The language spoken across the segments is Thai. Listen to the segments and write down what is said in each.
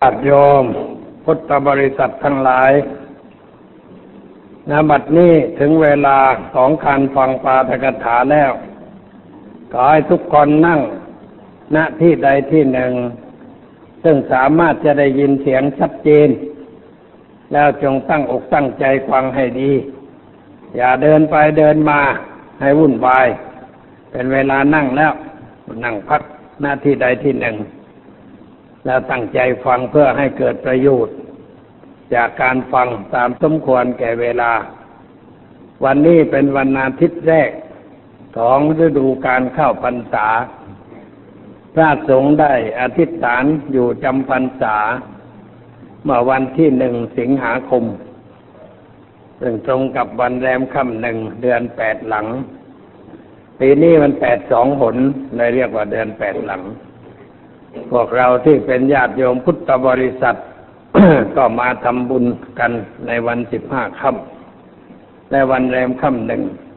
ญาติโยมพุทธบริษัททั้งหลายณ บัดนี้ถึงเวลาของการฟังปาฐกถาแล้วขอให้ทุกคนนั่งณที่ใดที่หนึ่งซึ่งสามารถจะได้ยินเสียงชัดเจนแล้วจงตั้งอกตั้งใจฟังให้ดีอย่าเดินไปเดินมาให้วุ่นวายเป็นเวลานั่งแล้วนั่งพักหน้าที่ใดที่หนึ่งแล้วตั้งใจฟังเพื่อให้เกิดประโยชน์จากการฟังตามสมควรแก่เวลาวันนี้เป็นวันอาทิตย์แรกของฤดูการเข้าพรรษาพระสงฆ์ได้อธิษฐานอยู่จำพรรษาเมื่อวันที่1 สิงหาคมซึ่งตรงกับวันแรมค่ำ1 เดือน 8 หลังปีนี้มัน8 2 หนเลยเรียกว่าเดือน 8 หลังพวกเราที่เป็นญาติโยมพุทธบริษัท ก็มาทำบุญกันในวัน15 ค่ำและวันแรมค่ำ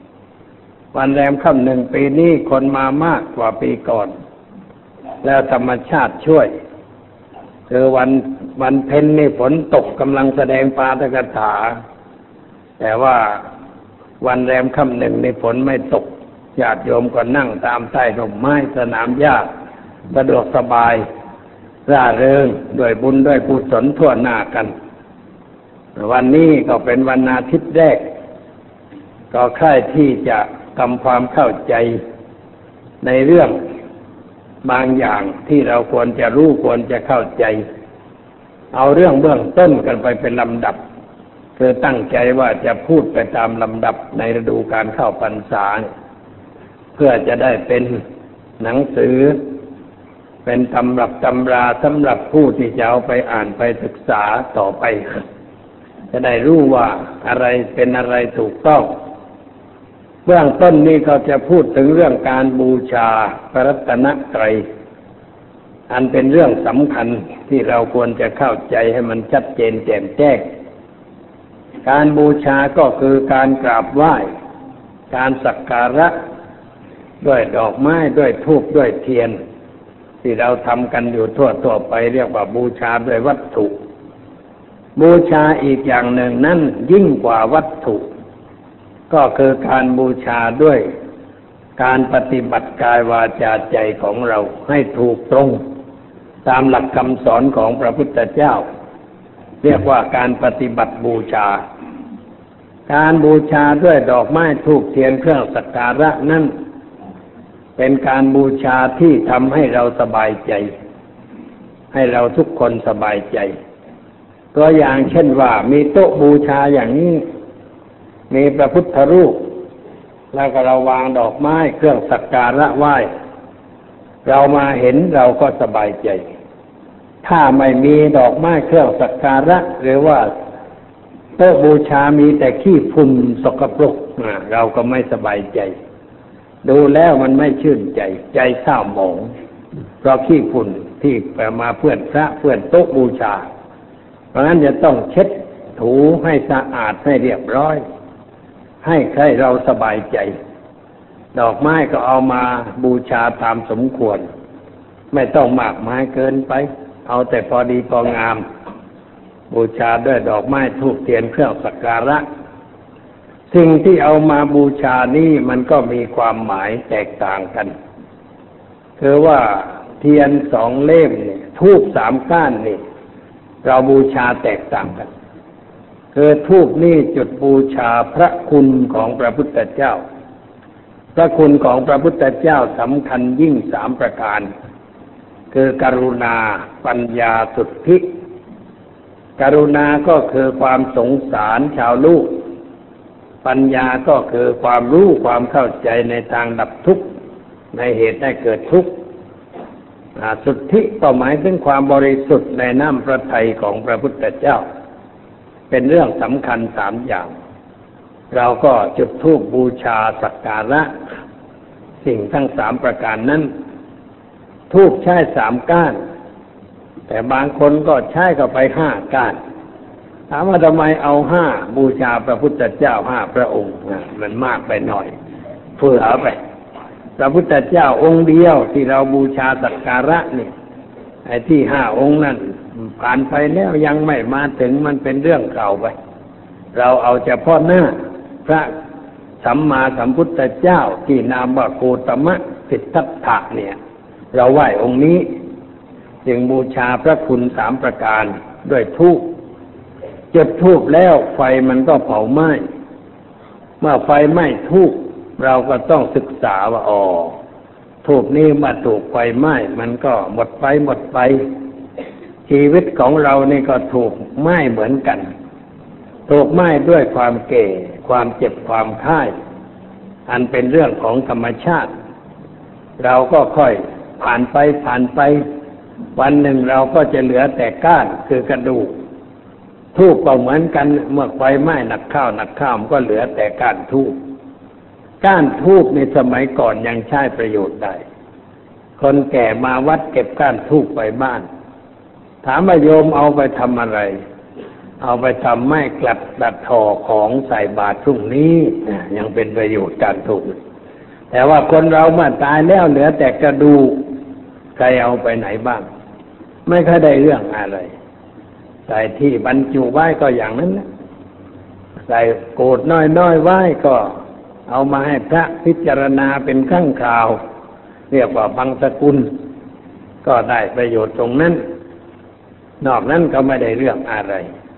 1วันแรมค่ำ1ปีนี้คนมามากกว่าปีก่อนแล้วธรรมชาติช่วยคือวันเพ็ญนี่ฝนตกกำลังแสดงปาฐกถาแต่ว่าวันแรมค่ำ1นี่ฝนไม่ตกญาติโยมก็นั่งตามใต้ร่มไม้สนามหญ้าสะดวกสบายร่าเริงด้วยบุญด้วยกุศลทั่วหน้ากันวันนี้ก็เป็นวันอาทิตย์แรกก็ใคร่ที่จะทำความเข้าใจในเรื่องบางอย่างที่เราควรจะรู้ควรจะเข้าใจเอาเรื่องเบื้องต้นกันไปเป็นลำดับคือตั้งใจว่าจะพูดไปตามลำดับในฤดูการเข้าพรรษาเพื่อจะได้เป็นหนังสือเป็นตำรับตำราสำหรับผู้ที่จะเอาไปอ่านไปศึกษาต่อไปจะได้รู้ว่าอะไรเป็นอะไรถูกต้องเบื้องต้นนี้ก็จะพูดถึงเรื่องการบูชาพระรัตนตรัยอันเป็นเรื่องสำคัญที่เราควรจะเข้าใจให้มันชัดเจนแจ่มแจ้งการบูชาก็คือการกราบไหว้การสักการะด้วยดอกไม้ด้วยธูปด้วยเทียนที่เราทำกันอยู่ทั่วไปเรียกว่าบูชาด้วยวัตถุบูชาอีกอย่างหนึ่งนั่นยิ่งกว่าวัตถุก็คือการบูชาด้วยการปฏิบัติกายวาจาใจของเราให้ถูกตรงตามหลักคำสอนของพระพุทธเจ้าเรียกว่าการปฏิบัติบูชาการบูชาด้วยดอกไม้ธูปเทียนเครื่องสักการะนั้นเป็นการบูชาที่ทำให้เราสบายใจให้เราทุกคนสบายใจตัวอย่างเช่นว่ามีโต๊ะบูชาอย่างนี้มีพระพุทธรูปแล้วก็เราวางดอกไม้เครื่องสักการะไหว้เรามาเห็นเราก็สบายใจถ้าไม่มีดอกไม้เครื่องสักการะหรือว่าโต๊ะบูชามีแต่ขี้ฝุ่นสกปรกเราก็ไม่สบายใจดูแล้วมันไม่ชื่นใจใจเศร้าหมองเพราะขี้ฝุ่นที่มาเปื้อนพระเปื้อนโต๊ะบูชาเพราะงั้นจะต้องเช็ดถูให้สะอาดให้เรียบร้อยให้ใครเราสบายใจดอกไม้ก็เอามาบูชาตามสมควรไม่ต้องมากมายเกินไปเอาแต่พอดีพองามบูชาด้วยดอกไม้ธูปเทียนเครื่องสักการะสิ่งที่เอามาบูชานี่มันก็มีความหมายแตกต่างกันคือว่าเทียน2 เล่มนี่ธูป3 ก้านนี่เราบูชาแตกต่างกันคือธูปนี่จุดบูชาพระคุณของพระพุทธเจ้าพระคุณของพระพุทธเจ้าสำคัญยิ่ง3 ประการคือกรุณาปัญญาสุทธิกรุณาก็คือความสงสารชาวโลกปัญญาก็คือความรู้ความเข้าใจในทางดับทุกข์ในเหตุให้เกิดทุกข์สุทธิก็หมายถึงความบริสุทธิ์ในน้ำพระทัยของพระพุทธเจ้าเป็นเรื่องสำคัญ3 อย่างเราก็จุดธูปบูชาสักการะสิ่งทั้ง3 ประการนั้นธูปใช้3 ก้านแต่บางคนก็ใช้เข้าไป5 ก้านถามว่าทำไมเอา5บูชาพระพุทธเจ้า5 พระองค์มันมากไปหน่อยเผื่อไปพระพุทธเจ้าองค์เดียวที่เราบูชาสักการะนี่ไอ้ที่5 องค์นั้นผ่านไปแล้วยังไม่มาถึงมันเป็นเรื่องเก่าไปเราเอาเฉพาะหน้าพระสัมมาสัมพุทธเจ้าที่นามว่าโคตมะสิทธัตถะเนี่ยเราไหว้องค์นี้จึงบูชาพระคุณ3 ประการด้วยธูปจุดธูปแล้วไฟมันก็เผาไหม้เมื่อไฟไหม้ธูปเราก็ต้องศึกษาว่าธูปนี้มาถูกไฟไหม้มันก็หมดไปชีวิตของเรานี่ก็ถูกไหม้เหมือนกันถูกไหม้ด้วยความแก่ความเจ็บความไข้อันเป็นเรื่องของธรรมชาติเราก็ค่อยผ่านไปวันหนึ่งเราก็จะเหลือแต่ก้านคือกระดูกธูปก็เหมือนกันเมื่อไฟไหม้หนักข้าวมันก็เหลือแต่ก้านธูปก้านธูปในสมัยก่อนยังใช้ประโยชน์ได้คนแก่มาวัดเก็บก้านธูปไปบ้านถามว่าโยมเอาไปทำอะไรเอาไปทำไม้กลัดห่อของใส่บาตรพรุ่งนี้ยังเป็นประโยชน์การธูปแต่ว่าคนเราเมื่อตายแล้วเหลือแต่กระดูกใครเอาไปไหนบ้างไม่ค่อยได้เรื่องอะไรใส่ที่บรรจุไว้ก็อย่างนั้นนะใส่โกรธน้อยไว้ก็เอามาให้พระพิจารณาเป็นครั้งคราวเรียกว่าบังสกุลก็ได้ประโยชน์ตรงนั้นนอกนั้นก็ไม่ได้เรื่องอะไร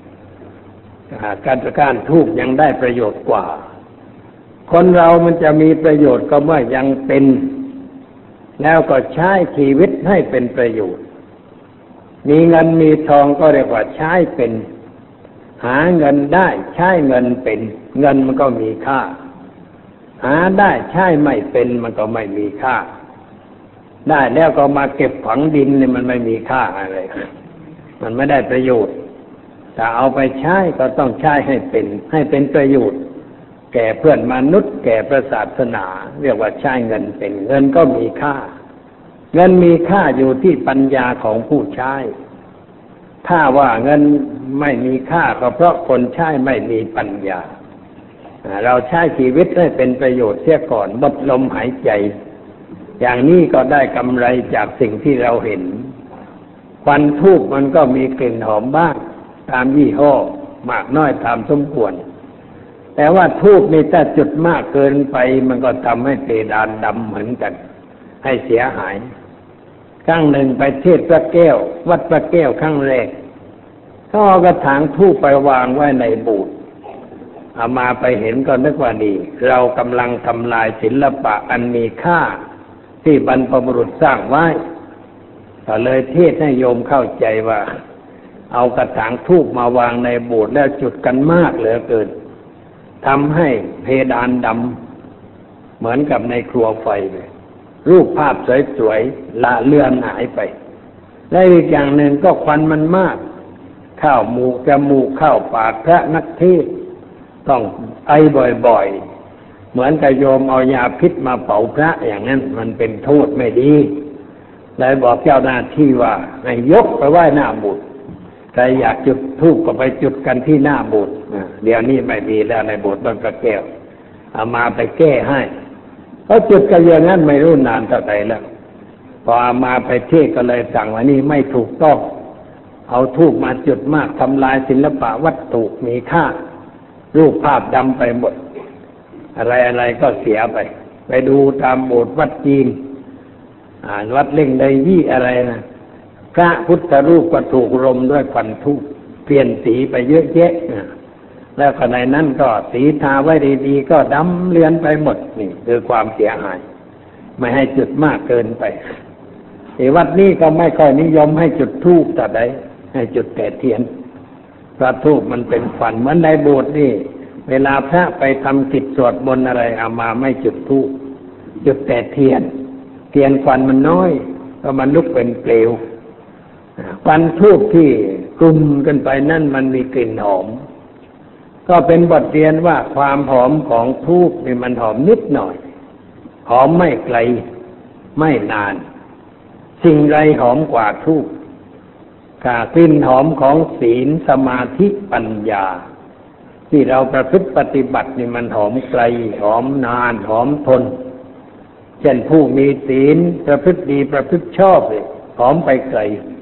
การธูปยังได้ประโยชน์กว่าคนเรามันจะมีประโยชน์ก็เมื่อยังเป็นแล้วก็ใช้ชีวิตให้เป็นประโยชน์มีเงินมีทองก็เรียกว่าใช้เป็นหาเงินได้ใช้เงินเป็นเงินมันก็มีค่าหาได้ใช้ไม่เป็นมันก็ไม่มีค่าได้แล้วก็มาเก็บฝังดินเนี่ยมันไม่มีค่าอะไรมันไม่ได้ประโยชน์ถ้าเอาไปใช้ก็ต้องใช้ให้เป็นประโยชน์แก่เพื่อนมนุษย์แก่ประศาสนาเรียกว่าใช้เงินเป็นเงินก็มีค่าเงินมีค่าอยู่ที่ปัญญาของผู้ใช้ถ้าว่าเงินไม่มีค่าก็เพราะคนใช้ไม่มีปัญญาเราใช้ชีวิตให้เป็นประโยชน์เสียก่อนหมดลมหายใจอย่างนี้ก็ได้กำไรจากสิ่งที่เราเห็นควันธูปมันก็มีกลิ่นหอมบ้างตามยี่ห้อมากน้อยตามสมควรแต่ว่าธูปนี่ถ้าจุดมากเกินไปมันก็ทำให้เพดานดำเหมือนกันให้เสียหายครั้งหนึ่งไปเทศน์พระแก้ววัดพระแก้วครั้งแรกเขาเอากระถางธูปไปวางไว้ในโบสถ์เอามาไปเห็นก็นึกว่าดีเรากำลังทำลายศิลปะอันมีค่าที่บรรพบุรุษสร้างไว้ก็เลยเทศน์ให้โยมเข้าใจว่าเอากระถางธูปมาวางในโบสถ์แล้วจุดกันมากเหลือเกินทำให้เพดานดำเหมือนกับในครัวไฟเลยรูปภาพสวยๆละเลือนหายไปและอีกอย่างหนึ่งก็ควันมันมากเข้าจมูกเข้าปากพระนักเทศน์ต้องไอบ่อยๆเหมือนกับโยมเอายาพิษมาเผาพระอย่างนั้นมันเป็นโทษไม่ดีเลยบอกเจ้าหน้าที่ว่าให้ยกไปไหว้หน้าโบสถ์ใครอยากจุดธูปก็ไปจุดกันที่หน้าโบสถ์เดี๋ยวนี้ไม่มีแล้วในโบสถ์วัดพระแก้วเอามาไปแก้ให้เขาจุดกันอย่างนั้นไม่รู้นานเท่าไหร่แล้วพอเอามาไปเทศก็เลยสั่งว่านี่ไม่ถูกต้องเอาธูปมาจุดมากทำลายศิลปะวัตถุมีค่ารูปภาพดำไปหมดอะไรก็เสียไปดูตามโบสถ์วัดจีนวัดเล่งไดยี่อะไรนะพระพุทธรูปก็ถูกรมด้วยควันธูปเปลี่ยนสีไปเยอะแยะแล้วก็ในนั้นก็สีทาไว้ดีๆก็ดำเลือนไปหมดนี่คือความเสียหายไม่ให้จุดมากเกินไปที่วัดนี้ก็ไม่ค่อยนิยมให้จุดธูปแต่ใดให้จุดแต่เทียนเพราะธูปมันเป็นควันเหมือนในโบสถ์นี่เวลาพระไปทำกิจสวดมนต์อะไรเอามาไม่จุดธูปจุดแต่เทียนควันมันน้อยก็มันลุกเป็นเปลวควันธูปที่กลุ่มกันไปนั่นมันมีกลิ่นหอมก็เป็นบทเรียนว่าความหอมของธูปนี่มันหอมนิดหน่อยหอมไม่ไกลไม่นานสิ่งไรหอมกว่าธูปกลิ่นหอมของศีลสมาธิปัญญาที่เราประพฤติปฏิบัตินี่มันหอมไกลหอมนานหอมทนเช่นผู้มีศีลประพฤติดีประพฤติชอบเลยหอมไปไกล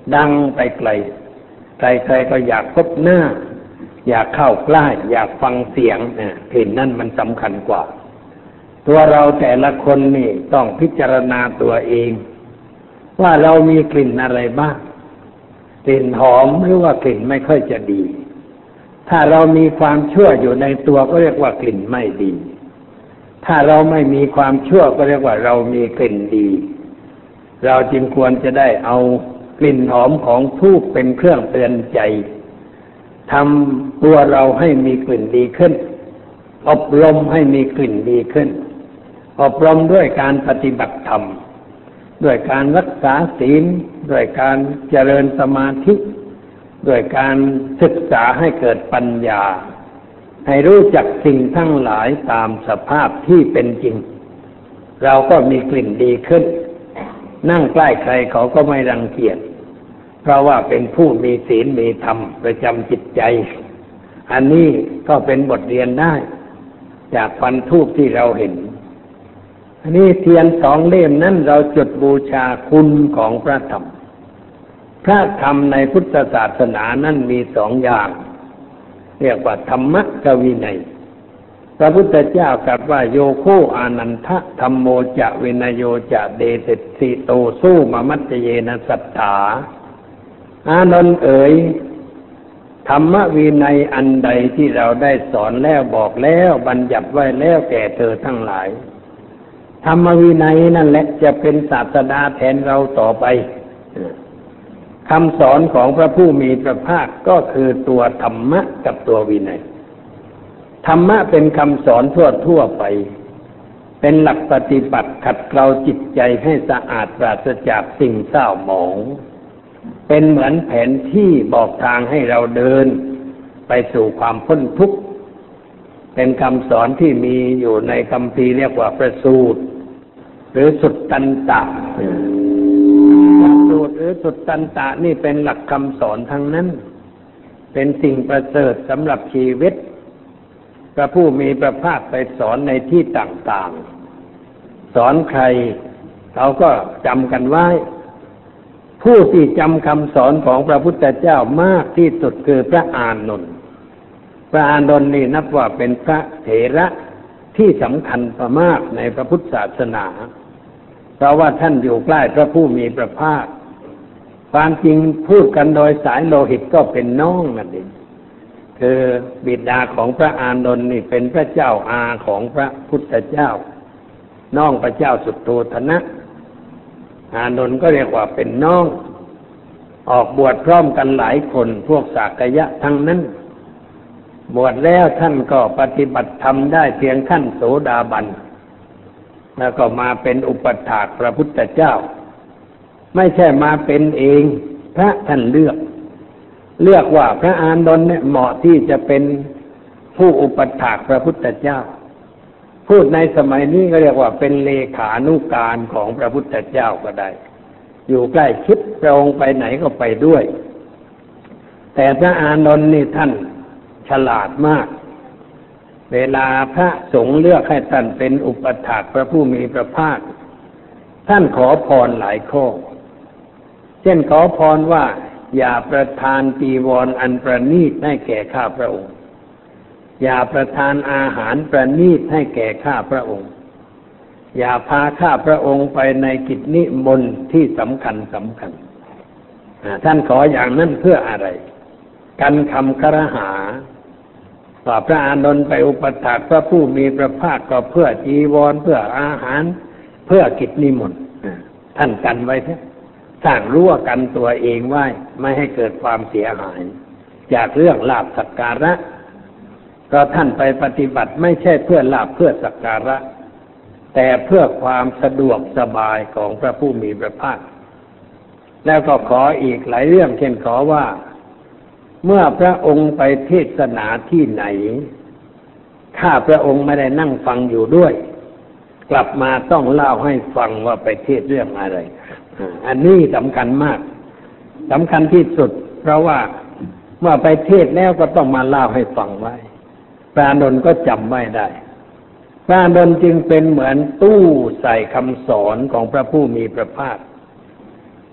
ดังไปไกลใครๆก็อยากพบหน้าอยากเข้าใกล้อยากฟังเสียงกลิ่นนั่นมันสำคัญกว่าตัวเราแต่ละคนนี่ต้องพิจารณาตัวเองว่าเรามีกลิ่นอะไรบ้างกลิ่นหอมหรือว่ากลิ่นไม่ค่อยจะดีถ้าเรามีความชั่วอยู่ในตัวก็เรียกว่ากลิ่นไม่ดีถ้าเราไม่มีความชั่วก็เรียกว่าเรามีกลิ่นดีเราจึงควรจะได้เอากลิ่นหอมของธูปเป็นเครื่องเตือนใจทำตัวเราให้มีกลิ่นดีขึ้นอบรมให้มีกลิ่นดีขึ้นอบรมด้วยการปฏิบัติธรรมด้วยการรักษาศีลด้วยการเจริญสมาธิด้วยการศึกษาให้เกิดปัญญาให้รู้จักสิ่งทั้งหลายตามสภาพที่เป็นจริงเราก็มีกลิ่นดีขึ้นนั่งใกล้ใครเขาก็ไม่รังเกียจเพราะว่าเป็นผู้มีศีลมีธรรมประจำจิตใจอันนี้ก็เป็นบทเรียนได้จากควันธูปที่เราเห็นอันนี้เทียน2 เล่มนั้นเราจุดบูชาคุณของพระธรรมพระธรรมในพุทธศาสนานั้นมี2 อย่างเรียกว่าธรรมะกับวินัยพระพุทธเจ้ากล่าวว่าโยโคอานันทะธัมโมจะวินโยจะเดเสสิโตสู้มมัจเจเยนะสัทธาอานนท์เอ๋ยธรรมวินัยอันใดที่เราได้สอนแล้วบอกแล้วบัญญัติไว้แล้วแก่เธอทั้งหลายธรรมวินัยนั่นแหละจะเป็นศาสดาแทนเราต่อไปคำสอนของพระผู้มีพระภาคก็คือตัวธรรมะกับตัววินัยธรรมะเป็นคำสอนทั่วไปเป็นหลักปฏิบัติขัดเกลาจิตใจให้สะอาดปราศจากสิ่งเศร้าหมองเป็นเหมือนแผนที่บอกทางให้เราเดินไปสู่ความพ้นทุกข์เป็นคำสอนที่มีอยู่ในคัมภีร์เรียกว่าประสูตรหรือสุตตันตะประสูตรหรือสุตตันตะนี่เป็นหลักคำสอนทั้งนั้นเป็นสิ่งประเสริฐสำหรับชีวิตพระผู้มีพระภาคไปสอนในที่ต่างๆสอนใครเขาก็จำกันไว้ผู้ที่จำคำสอนของพระพุทธเจ้ามากที่สุดคือพระอานนท์พระอานนท์นี่นับว่าเป็นพระเถระที่สำคัญมากในพระพุทธศาสนาเพราะว่าท่านอยู่ใกล้พระผู้มีพระภาคความจริงพูดกันโดยสายโลหิตก็เป็นน้องนั่นเองคือบิดาของพระอานนท์นี่เป็นพระเจ้าอาของพระพุทธเจ้าน้องพระเจ้าสุโธทนะอานนท์ก็เรียกว่าเป็นน้องออกบวชพร้อมกันหลายคนพวกสากยะทั้งนั้นบวชแล้วท่านก็ปฏิบัติธรรมได้เพียงขั้นโสดาบันแล้วก็มาเป็นอุปถากพระพุทธเจ้าไม่ใช่มาเป็นเองพระท่านเลือกว่าพระอานนท์เนี่ยเหมาะที่จะเป็นผู้อุปถากพระพุทธเจ้าพูดในสมัยนี้ก็เรียกว่าเป็นเลขานุการของพระพุทธเจ้าก็ได้อยู่ใกล้ชิดพระองค์ไปไหนก็ไปด้วยแต่พระอานนท์นี่ท่านฉลาดมากเวลาพระสงฆ์เลือกให้ท่านเป็นอุปถากพระผู้มีพระภาคท่านขอพรหลายข้อเช่นขอพรว่าอย่าประทานจีวรอันประณีตให้แก่ข้าพระองค์อย่าประทานอาหารประณีตให้แก่ข้าพระองค์อย่าพาข้าพระองค์ไปในกิจนิมนต์ที่สำคัญท่านขออย่างนั้นเพื่ออะไรกันคำครหาว่าพระอานนท์ไปอุปถากพระผู้มีพระภาคก็เพื่อจีวรเพื่ออาหารเพื่อกิจนิมนต์ท่านกันไว้สร้างรั้วกันตัวเองไว้ไม่ให้เกิดความเสียหายจากเรื่องลาภสักการะเพราะท่านไปปฏิบัติไม่ใช่เพื่อลาภเพื่อสักการะแต่เพื่อความสะดวกสบายของพระผู้มีพระภาคแล้วก็ขออีกหลายเรื่องเช่นขอว่าเมื่อพระองค์ไปเทศนาที่ไหนข้าพระองค์ไม่ได้นั่งฟังอยู่ด้วยกลับมาต้องเล่าให้ฟังว่าไปเทศเรื่องอะไรอันนี้สำคัญมากสำคัญที่สุดเพราะว่าเมื่อไปเทศแล้วก็ต้องมาเล่าให้ฟังไว้พระอานนท์ก็จำไม่ได้พระอานนท์จึงเป็นเหมือนตู้ใส่คำสอนของพระผู้มีพระภาค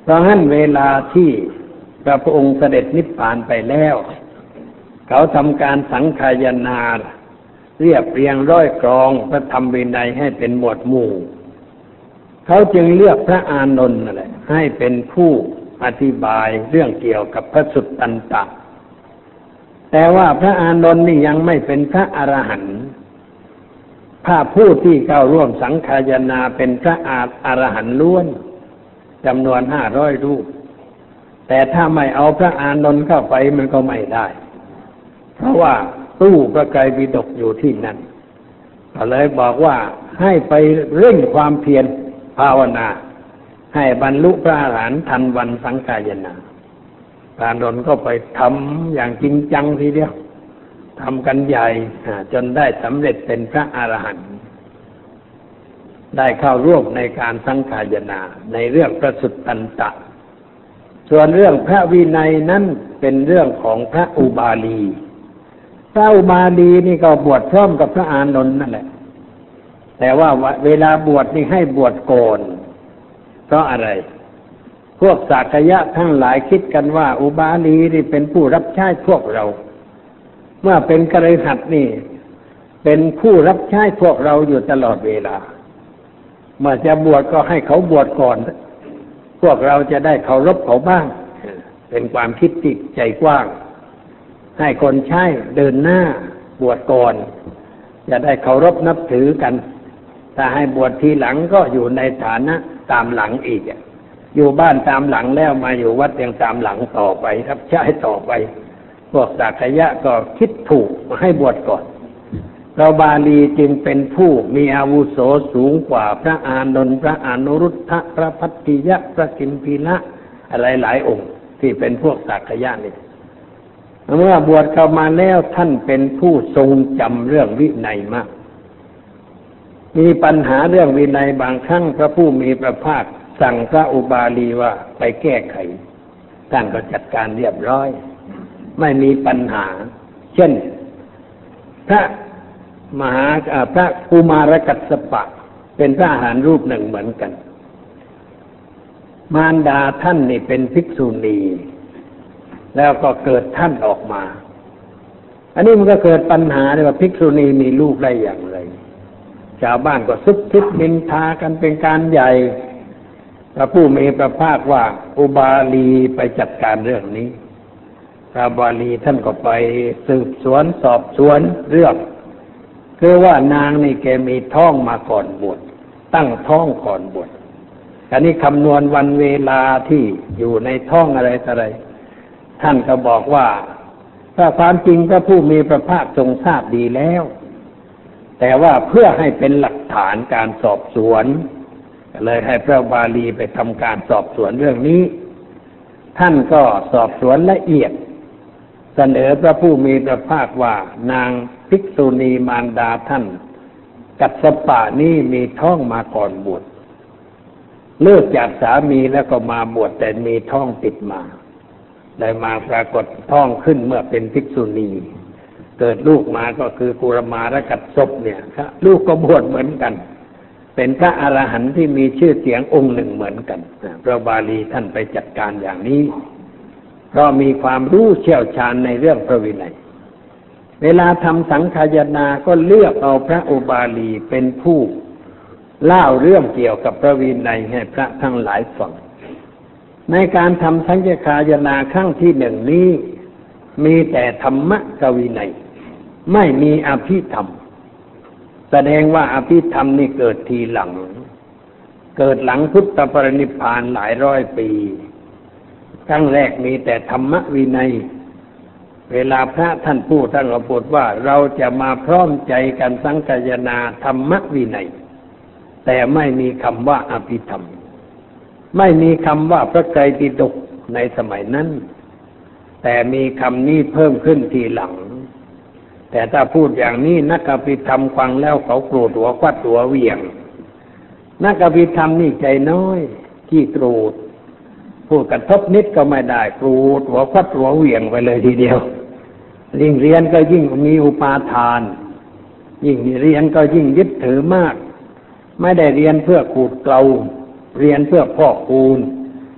เพราะงั้นเวลาที่พระพุทธองค์เสด็จนิพพานไปแล้วเขาทำการสังคายนาเรียบเรียงร้อยกรองพระธรรมวินัยให้เป็นหมวดหมู่เขาจึงเลือกพระอานนท์นั่นแหละให้เป็นผู้อธิบายเรื่องเกี่ยวกับพระสุตตันตะแต่ว่าพระอานนท์นี่ยังไม่เป็นพระอรหันต์ถ้าผู้ที่เข้าร่วมสังคายนาเป็นพระอรหันต์ล้วนจำนวน500 รูปแต่ถ้าไม่เอาพระอานนท์เข้าไปมันก็ไม่ได้เพราะว่าตู้พระไตรปิฎกอยู่ที่นั่นก็เลยบอกว่าให้ไปเร่งความเพียรภาวนาให้บรรลุพระอรหันต์ทันวันสังคายนาพระอานนท์ก็ไปทำอย่างจริงจังทีเดียวทำกันใหญ่จนได้สำเร็จเป็นพระอรหันต์ได้เข้าร่วมในการสังคายนาในเรื่องพระสุตตันตะส่วนเรื่องพระวินัยนั้นเป็นเรื่องของพระอุบาลีพระอุบาลีนี่ก็บวชพร้อมกับพระอานนท์นั่นแหละแต่ว่าเวลาบวชนี่ให้บวชก่อนเพราะอะไรพวกสากยะทั้งหลายคิดกันว่าอุบาลีนี่เป็นผู้รับใช้พวกเราเมื่อเป็นคฤหัสถ์นี่เป็นผู้รับใช้พวกเราอยู่ตลอดเวลาเมื่อจะบวชก็ให้เขาบวชก่อนพวกเราจะได้เคารพเขาบ้างเป็นความคิดที่ใจกว้างให้คนใช้เดินหน้าบวชก่อนจะได้เคารพนับถือกันถ้าให้บวชทีหลังก็อยู่ในฐานะตามหลังอีกอยู่บ้านตามหลังแล้วมาอยู่วัดยังตามหลังต่อไปรับใช้ต่อไปพวกสากยะก็คิดถูกมาให้บวชก่อนพระบาลีจึงเป็นผู้มีอาวุโสสูงกว่าพระอานนท์พระอนุรุทธะพระพัทติยะพระกิมพีละอะไรหลายองค์ที่เป็นพวกสากยะนี่เมื่อบวชเข้ามาแล้วท่านเป็นผู้ทรงจำเรื่องวินัยมากมีปัญหาเรื่องวินัยบางครั้งพระผู้มีพระภาคสั่งพระอุบาลีว่าไปแก้ไขท่านก็จัดการเรียบร้อยไม่มีปัญหาเช่นพระกุมารกัสสปะเป็นพระอรหันต์รูปหนึ่งเหมือนกันมารดาท่านนี่เป็นภิกษุณีแล้วก็เกิดท่านออกมาอันนี้มันก็เกิดปัญหาเลยว่าภิกษุณีมีลูกได้อย่างไรชาวบ้านก็ซุบซิบนินทากันเป็นการใหญ่พระผู้มีพระภาคว่าอุบาลีไปจัดการเรื่องนี้พระบาลีท่านก็ไปสืบสวนสอบสวนเรื่องคือว่านางนี่แกมีท้องมาก่อนบวชตั้งท้องก่อนบวชอันนี้คำนวณวันเวลาที่อยู่ในท้องอะไรต่ออะไรท่านก็บอกว่าถ้าความจริงพระผู้มีพระภาคทรงทราบดีแล้วแต่ว่าเพื่อให้เป็นหลักฐานการสอบสวนเลยให้พระบาลีไปทำการสอบสวนเรื่องนี้ท่านก็สอบสวนละเอียดเสนอพระผู้มีพระภาคว่านางภิกษุณีมารดาท่านกัสสปะนี่มีท้องมาก่อนบวชเลิกจากสามีแล้วก็มาบวชแต่มีท้องติดมาได้มาปรากฏท้องขึ้นเมื่อเป็นภิกษุณีเกิดลูกมาก็คือกุรมารกัสสปเนี่ยลูกก็บวชเหมือนกันเป็นพระอรหันต์ที่มีชื่อเสียงองค์หนึ่งเหมือนกันพระบาลีท่านไปจัดการอย่างนี้เพราะมีความรู้เชี่ยวชาญในเรื่องพระวินัยเวลาทำสังคายนาก็เลือกเอาพระอุบาลีเป็นผู้เล่าเรื่องเกี่ยวกับพระวินัยให้พระทั้งหลายฟังในการทำสังคายนาครั้งที่หนึ่งนี้มีแต่ธรรมกวินัยไม่มีอภิธรรมแสดงว่าอภิธรรมนี่เกิดทีหลังเกิดหลังพุทธปรินิพพานหลายร้อยปีครั้งแรกมีแต่ธรรมวินัยเวลาพระท่านพูดท่านก็พูดว่าเราจะมาพร้อมใจกันสังคายนาธรรมวินัยแต่ไม่มีคำว่าอภิธรรมไม่มีคำว่าพระไตรปิฎกในสมัยนั้นแต่มีคำนี้เพิ่มขึ้นทีหลังแต่ถ้าพูดอย่างนี้นักอภิธรรมฟังแล้วเขาโกรธหัวควัดหัวเหวี่ยงนักอภิธรรมนี่ใจน้อยขี้โกรธพูดกระทบนิดก็ไม่ได้โกรธหัวควัดหัวเหวี่ยงไปเลยทีเดียวยิ่งเรียนก็ยิ่งมีอุปาทานยิ่งเรียนก็ยิ่งยึดถือมากไม่ได้เรียนเพื่อขูดเกลาเรียนเพื่อพอกพูน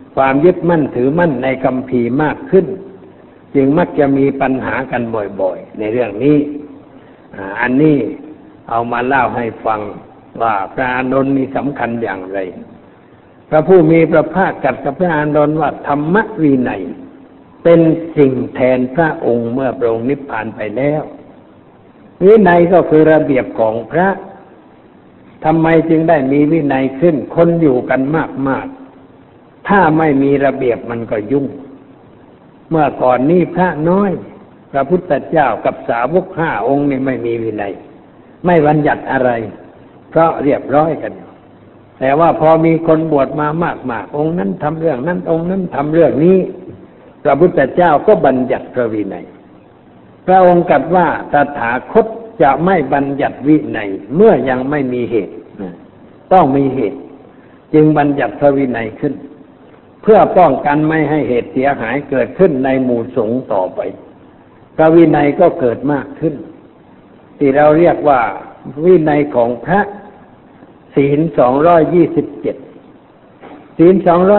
ความยึดมั่นถือมั่นในคัมภีร์มากขึ้นจึงมักจะมีปัญหากันบ่อยๆในเรื่องนี้อันนี้เอามาเล่าให้ฟังว่าพระอานนท์นี่สำคัญอย่างไรพระผู้มีพระภาคตรัสกับพระอานนท์ว่าธรรมวินัยเป็นสิ่งแทนพระองค์เมื่อพระองค์นิพพานไปแล้ววินัยก็คือระเบียบของพระทำไมจึงได้มีวินัยขึ้นคนอยู่กันมากๆถ้าไม่มีระเบียบมันก็ยุ่งเมื่อก่อนนี้พระน้อยพระพุทธเจ้ากับสาวก5 องค์นี่ไม่มีวินัยไม่บัญญัติอะไรเพราะเรียบร้อยกันแต่ว่าพอมีคนบวชมามากๆองค์นั้นทำเรื่องนั้นองค์นั้นทำเรื่องนี้พระพุทธเจ้าก็บัญญัติพระวินัยพระองค์ตรัสว่าตถาคตจะไม่บัญญัติวินัยเมื่อยังไม่มีเหตุต้องมีเหตุจึงบัญญัติพระวินัยขึ้นเพื่อป้องกันไม่ให้เหตุเสียหายเกิดขึ้นในหมู่สงฆ์ต่อไปพระวินัยก็เกิดมากขึ้นที่เราเรียกว่าวินัยของพระศีล227ศีล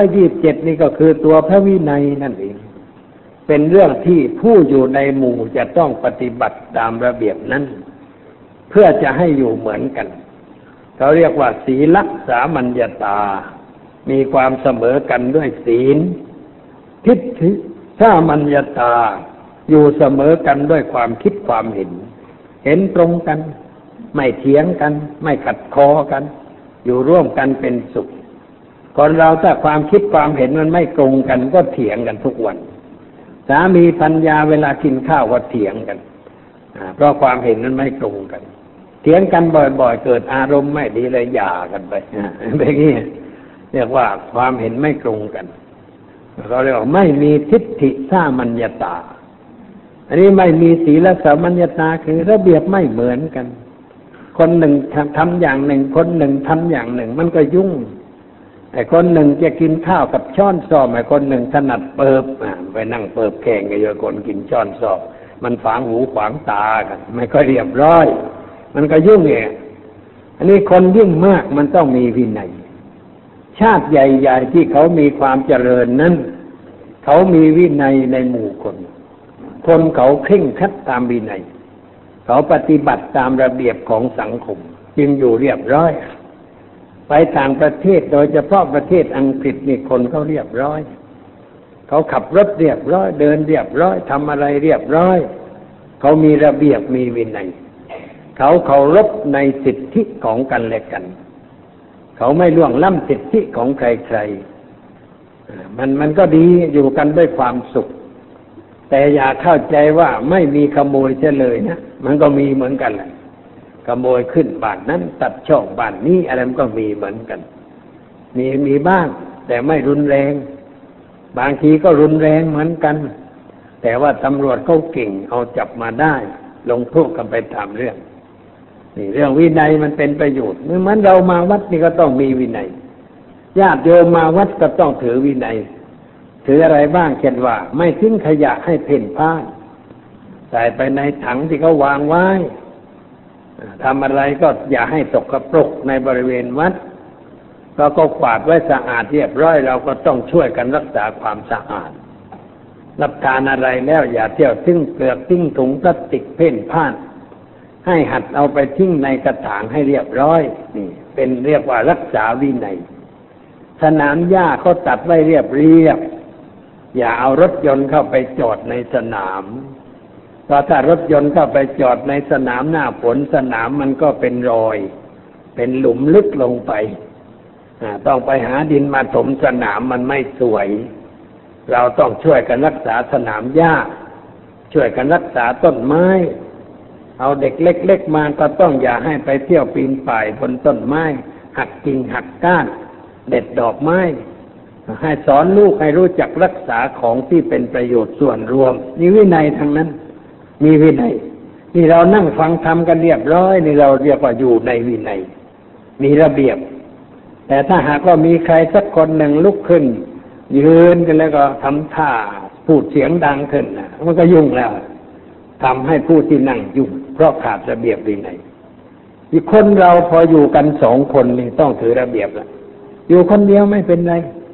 227นี่ก็คือตัวพระวินัยนั่นเองเป็นเรื่องที่ผู้อยู่ในหมู่จะต้องปฏิบัติตามระเบียบนั้นเพื่อจะให้อยู่เหมือนกันเขาเรียกว่าศีลักษามัญญตามีความเสมอกันด้วยศีลทิฏฐิสามัญญตาอยู่เสมอกันด้วยความคิดความเห็นตรงกันไม่เถียงกันไม่ขัดคอกันอยู่ร่วมกันเป็นสุขคนเราถ้าความคิดความเห็นมันไม่ตรงกันก็เถียงกันทุกวันสามีภรรยาเวลากินข้าวก็เถียงกันเพราะความเห็นมันไม่ตรงกันเถียงกันบ่อยๆเกิดอารมณ์ไม่ดีเลยหย่ากันไปแบบนี้เรียกว่าความเห็นไม่ตรงกันเราเรียกว่าไม่มีทิฏฐิสามัญญตาอันนี้ไม่มีศีลสามัญญตาคือระเบียบไม่เหมือนกันคนหนึ่งทำอย่างหนึ่งคนหนึ่งทำอย่างหนึ่งมันก็ยุ่งไอ้คนหนึ่งจะกินข้าวกับช้อนซ้อมไอ้คนหนึ่งถนัดเปิบไปนั่งเปิบแข่งกันอยู่คนกินช้อนซ้อมมันฝางหูฝางตากันไม่ค่อยเรียบร้อยมันก็ยุ่งเองอันนี้คนยิ่งมากมันต้องมีวินัยชาติใหญ่ๆที่เขามีความเจริญนั้นเขามีวินัยในหมู่คนเขาเคร่งครัดตามวินัยเขาปฏิบัติตามระเบียบของสังคมจึงอยู่เรียบร้อยไปต่างประเทศโดยเฉพาะประเทศอังกฤษนี่คนเขาเรียบร้อยเขาขับรถเรียบร้อยเดินเรียบร้อยทำอะไรเรียบร้อยเขามีระเบียบมีวินัยเขาเคารพในสิทธิของกันและกันเขาไม่ล่วงล้ำสิทธิของใครๆมันก็ดีอยู่กันด้วยความสุขแต่อย่าเข้าใจว่าไม่มีขโมยเสียเลยนะมันก็มีเหมือนกันแหละขโมยขึ้นบ้านนั้นตัดช่องบ้านนี้อะไรมันก็มีเหมือนกันมีบ้างแต่ไม่รุนแรงบางทีก็รุนแรงเหมือนกันแต่ว่าตำรวจเขาเก่งเอาจับมาได้ลงโทษกันไปตามเรื่องนี่เรื่องวินัยมันเป็นประโยชน์เหมือนเรามาวัดนี่ก็ต้องมีวินัยญาติโยมมาวัดก็ต้องถือวินัยถืออะไรบ้างเช่นว่าไม่ทิ้งขยะให้เพ่นพ่านใส่ไปในถังที่เขาวางไว้ทำอะไรก็อย่าให้ตกปรกในบริเวณวัดเราก็กวาดไว้สะอาดเรียบร้อยเราก็ต้องช่วยกันรักษาความสะอาดรับทานอะไรแล้วอย่าเที่ยวทิ้งเปลือกทิ้งถุงพลาสติกเพ่นพ่านให้หัดเอาไปทิ้งในกระถางให้เรียบร้อยนี่เป็นเรียกว่ารักษาวินัยสนามหญ้าเขาตัดไว้เรียบอย่าเอารถยนต์เข้าไปจอดในสนามเพราะถ้ารถยนต์เข้าไปจอดในสนามหน้าฝนสนามมันก็เป็นรอยเป็นหลุมลึกลงไปต้องไปหาดินมาถมสนามมันไม่สวยเราต้องช่วยกันรักษาสนามหญ้าช่วยกันรักษาต้นไม้เอาเด็กเล็กๆมาก็ต้องอย่าให้ไปเที่ยวปีนป่ายบนต้นไม้หักกิ่งหักก้านเด็ดดอกไม้ให้สอนลูกให้รู้จักรักษาของที่เป็นประโยชน์ส่วนรวมนี่วินัยทั้งนั้นมีวินัยนี่เรานั่งฟังธรรมกันเรียบร้อยนี่เราเรียกว่าอยู่ในวินัยมีระเบียบแต่ถ้าหากว่ามีใครสักคนหนึ่งลุกขึ้นยืนกันแล้วก็ทำท่าพูดเสียงดังขึ้นมันก็ยุ่งแล้วทำให้ผู้ที่นั่งยุ่งเพราะขาดระเบียบวินัยอีกคนเราพออยู่กัน2 คนนี่ต้องถือระเบียบละอยู่คนเดียวไม่เป็นไร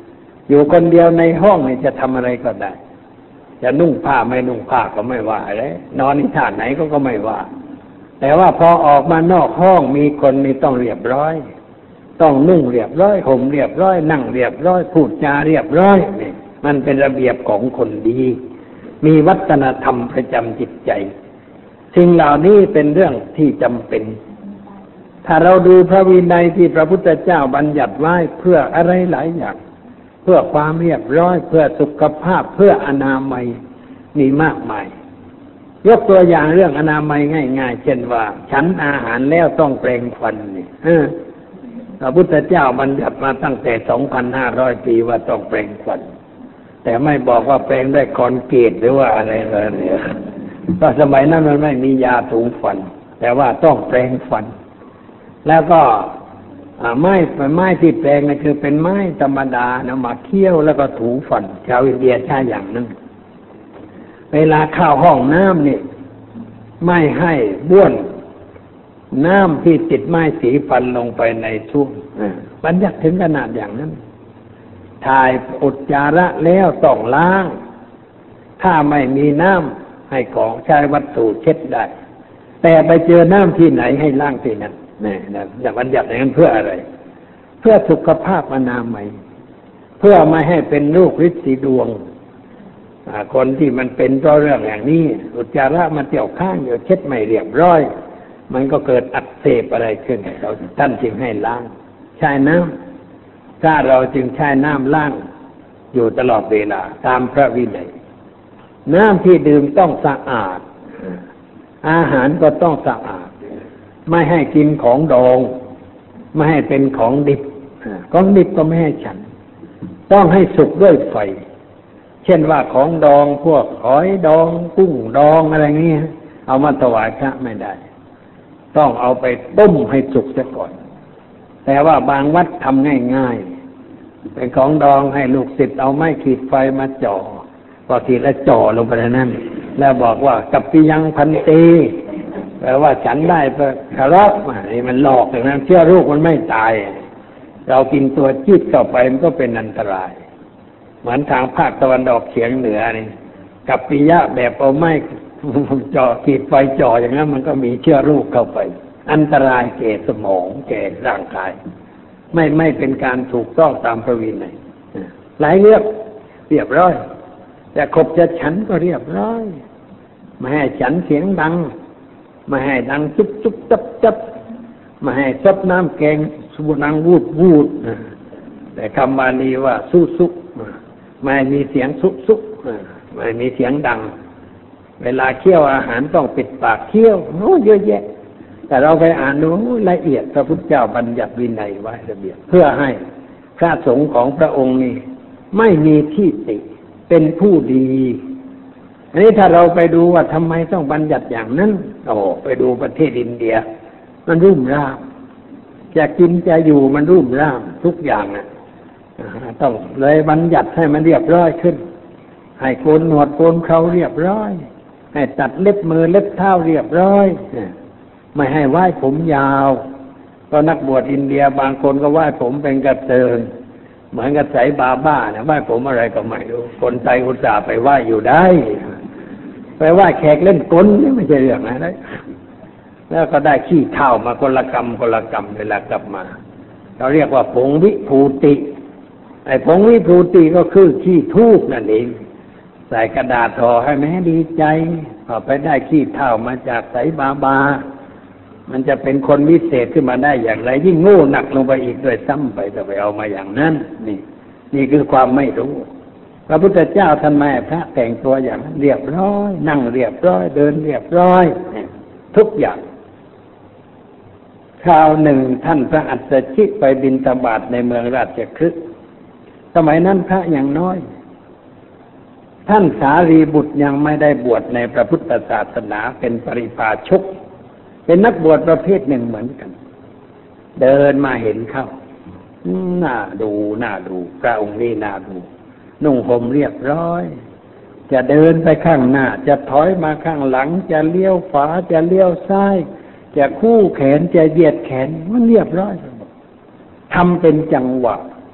อยู่คนเดียวในห้องนี่จะทำอะไรก็ได้จะนุ่งผ้าไม่นุ่งผ้าก็ไม่ว่าเลยนอนที่ท่าไหนก็ไม่ว่าแต่ว่าพอออกมานอกห้องมีคนนี่ต้องเรียบร้อยต้องนุ่งเรียบร้อยห่มเรียบร้อยนั่งเรียบร้อยพูดจาเรียบร้อยนี่มันเป็นระเบียบของคนดีมีวัฒนธรรมประจำจิตใจสิ่งเหล่านี้เป็นเรื่องที่จำเป็นถ้าเราดูพระวินัยที่พระพุทธเจ้าบัญญัติไว้เพื่ออะไรหลายอย่างเพื่อความเรียบร้อยเพื่อสุขภาพเพื่ออนามัยมีมากมายยกตัวอย่างเรื่องอนามัยง่ายๆเช่นว่าฉันอาหารแล้วต้องแปรงฟันนี่พระพุทธเจ้าบัญญัติมาตั้งแต่ 2,500 ปีว่าต้องแปรงฟันแต่ไม่บอกว่าแปรงด้วยคอนกรีตหรือว่าอะไรเลยเนี่ยก็สมัยนั้นมันไม่มียาถูฟันแต่ว่าต้องแปรงฟันแล้วก็ไม้ที่แปรงนี่คือเป็นไม้ธรรมดานะมาเคี่ยวแล้วก็ถูฟันชาวอินเดียใช้อย่างนั้นเวลาเข้าห้องน้ำนี่ไม่ให้บ้วนน้ำที่ติดไม้สีฟันลงไปในช่วงบัญญัติถึงขนาดอย่างนั้นถ่ายอุจจาระแล้วต้องล้างถ้าไม่มีน้ำให้ของใช้วัตถุเช็ดได้แต่ไปเจอน้ำที่ไหนให้ล้างที่นั้นนี่นะจะบัญญัติอย่างนั้นเพื่ออะไรเพื่อสุขภาพอนามัยเพื่อไม่ให้เป็นโรคฤทธิ์สีดวงคนที่มันเป็นเพราะเรื่องอย่างนี้อุจจาระมันเกี่ยวข้างอยู่เช็ดไม่เรียบร้อยมันก็เกิดอักเสบอะไรขึ้นท่านจึงให้ล้างใช้น้ำถ้าเราจึงใช้น้ำล้างอยู่ตลอดเวลาตามพระวินัยน้ำที่ดื่มต้องสะอาดอาหารก็ต้องสะอาดไม่ให้กินของดองไม่ให้เป็นของดิบของดิบก็ไม่ให้ฉันต้องให้สุกด้วยไฟเช่นว่าของดองพวกหอยดองกุ้งดองอะไรเงี้ยเอามาถวายพระไม่ได้ต้องเอาไปต้มให้สุกซะก่อนแต่ว่าบางวัดทำง่ายๆเป็นของดองให้ลูกศิษย์เอาไม้ขีดไฟมาจ่อพอขีดแล้วจ่อลงไปในนั้นแล้วบอกว่ากัปปิยังพันเตแปลว่าฉันได้พระคารพนี่มันหลอกอย่างนั้นเชื่อลูกมันไม่ตายเรากินตัวจีดเข้าไปมันก็เป็นอันตรายเหมือนทางภาคตะวันออกเฉียงเหนือนี่กัปปิยะแบบเอาไม้จ่อขีดไฟจ่ออย่างนั้นมันก็มีเชื้อโรคเข้าไปอันตรายแก่สมองแก่ร่างกายไม่เป็นการถูกต้องตามพระวินัยหลายเรื่องเรียบร้อยแต่ขบจะฉันก็เรียบร้อยไม่ให้ฉันเสียงดังไม่ให้ดังจุ๊บจุ๊บจับจับไม่ให้ซดน้ำแกงสูบนังวูดวูดแต่คำบาลีว่าสุสุไม่มีเสียงสุสุไม่มีเสียงดังเวลาเคี่ยวอาหารต้องปิดปากเคี่ยวโอ้เยอะแยะแต่เราไปอ่านดูละเอียดพระพุทธเจ้าบัญญัติวินัยไว้ระเบียบเพื่อให้พระสงฆ์ของพระองค์นี้ไม่มีที่ติเป็นผู้ดีอันนี้ถ้าเราไปดูว่าทำไมต้องบัญญัติอย่างนั้นไปดูประเทศอินเดียมันรุ่มร่ามจะกินจะอยู่มันรุ่มร่ามทุกอย่างต้องเลยบัญญัติให้มันเรียบร้อยขึ้นให้โกนหนวดโกนเขาเรียบร้อยให้ตัดเล็บมือเล็บเท้าเรียบร้อยไม่ให้ไว้ผมยาวก็นักบวชอินเดียบางคนก็ไว้ผมเป็นกระเจิงเหมือนกับไสบาบ้าเนี่ยไว้ผมอะไรก็ไม่รู้คนไทยอุตส่าห์ไปไหว้อยู่ได้ไปไหว้แขกเล่นกลนี่ไม่ใช่เรื่องนะแล้วก็ได้ขี้เถ้ามาคนละกรรมเวลากลับมาเราเรียกว่าผงวิภูติไอ้ผงวิภูติก็คือขี้ทูบนั่นเองใส่กระดาษห่อให้แม่ดีใจพอไปได้ขี้เถ้ามาจากไสบาบามันจะเป็นคนวิเศษขึ้นมาได้อย่างไรยิ่งโง่หนักลงไปอีกด้วยซ้ำไปแต่ไปเอามาอย่างนั้นนี่คือความไม่รู้พระพุทธเจ้าท่านแม่พระแต่งตัวอย่างเรียบร้อยนั่งเรียบร้อยเดินเรียบร้อยทุกอย่างคราวหนึ่งท่านพระอัสสชิไปบิณฑบาตในเมืองราชคฤห์สมัยนั้นพระยังน้อยท่านสารีบุตรยังไม่ได้บวชในพระพุทธศาสนาเป็นปริพาชกเป็นนักบวชประเภทหนึ่งเหมือนกันเดินมาเห็นเข้าน่าดูพระองค์นี้น่าดูนุ่งห่มเรียบร้อยจะเดินไปข้างหน้าจะถอยมาข้างหลังจะเลี้ยวขวาจะเลี้ยวซ้ายจะคู่แขนจะเหยียดแขนมันเรียบร้อยทำเป็นจังหวะ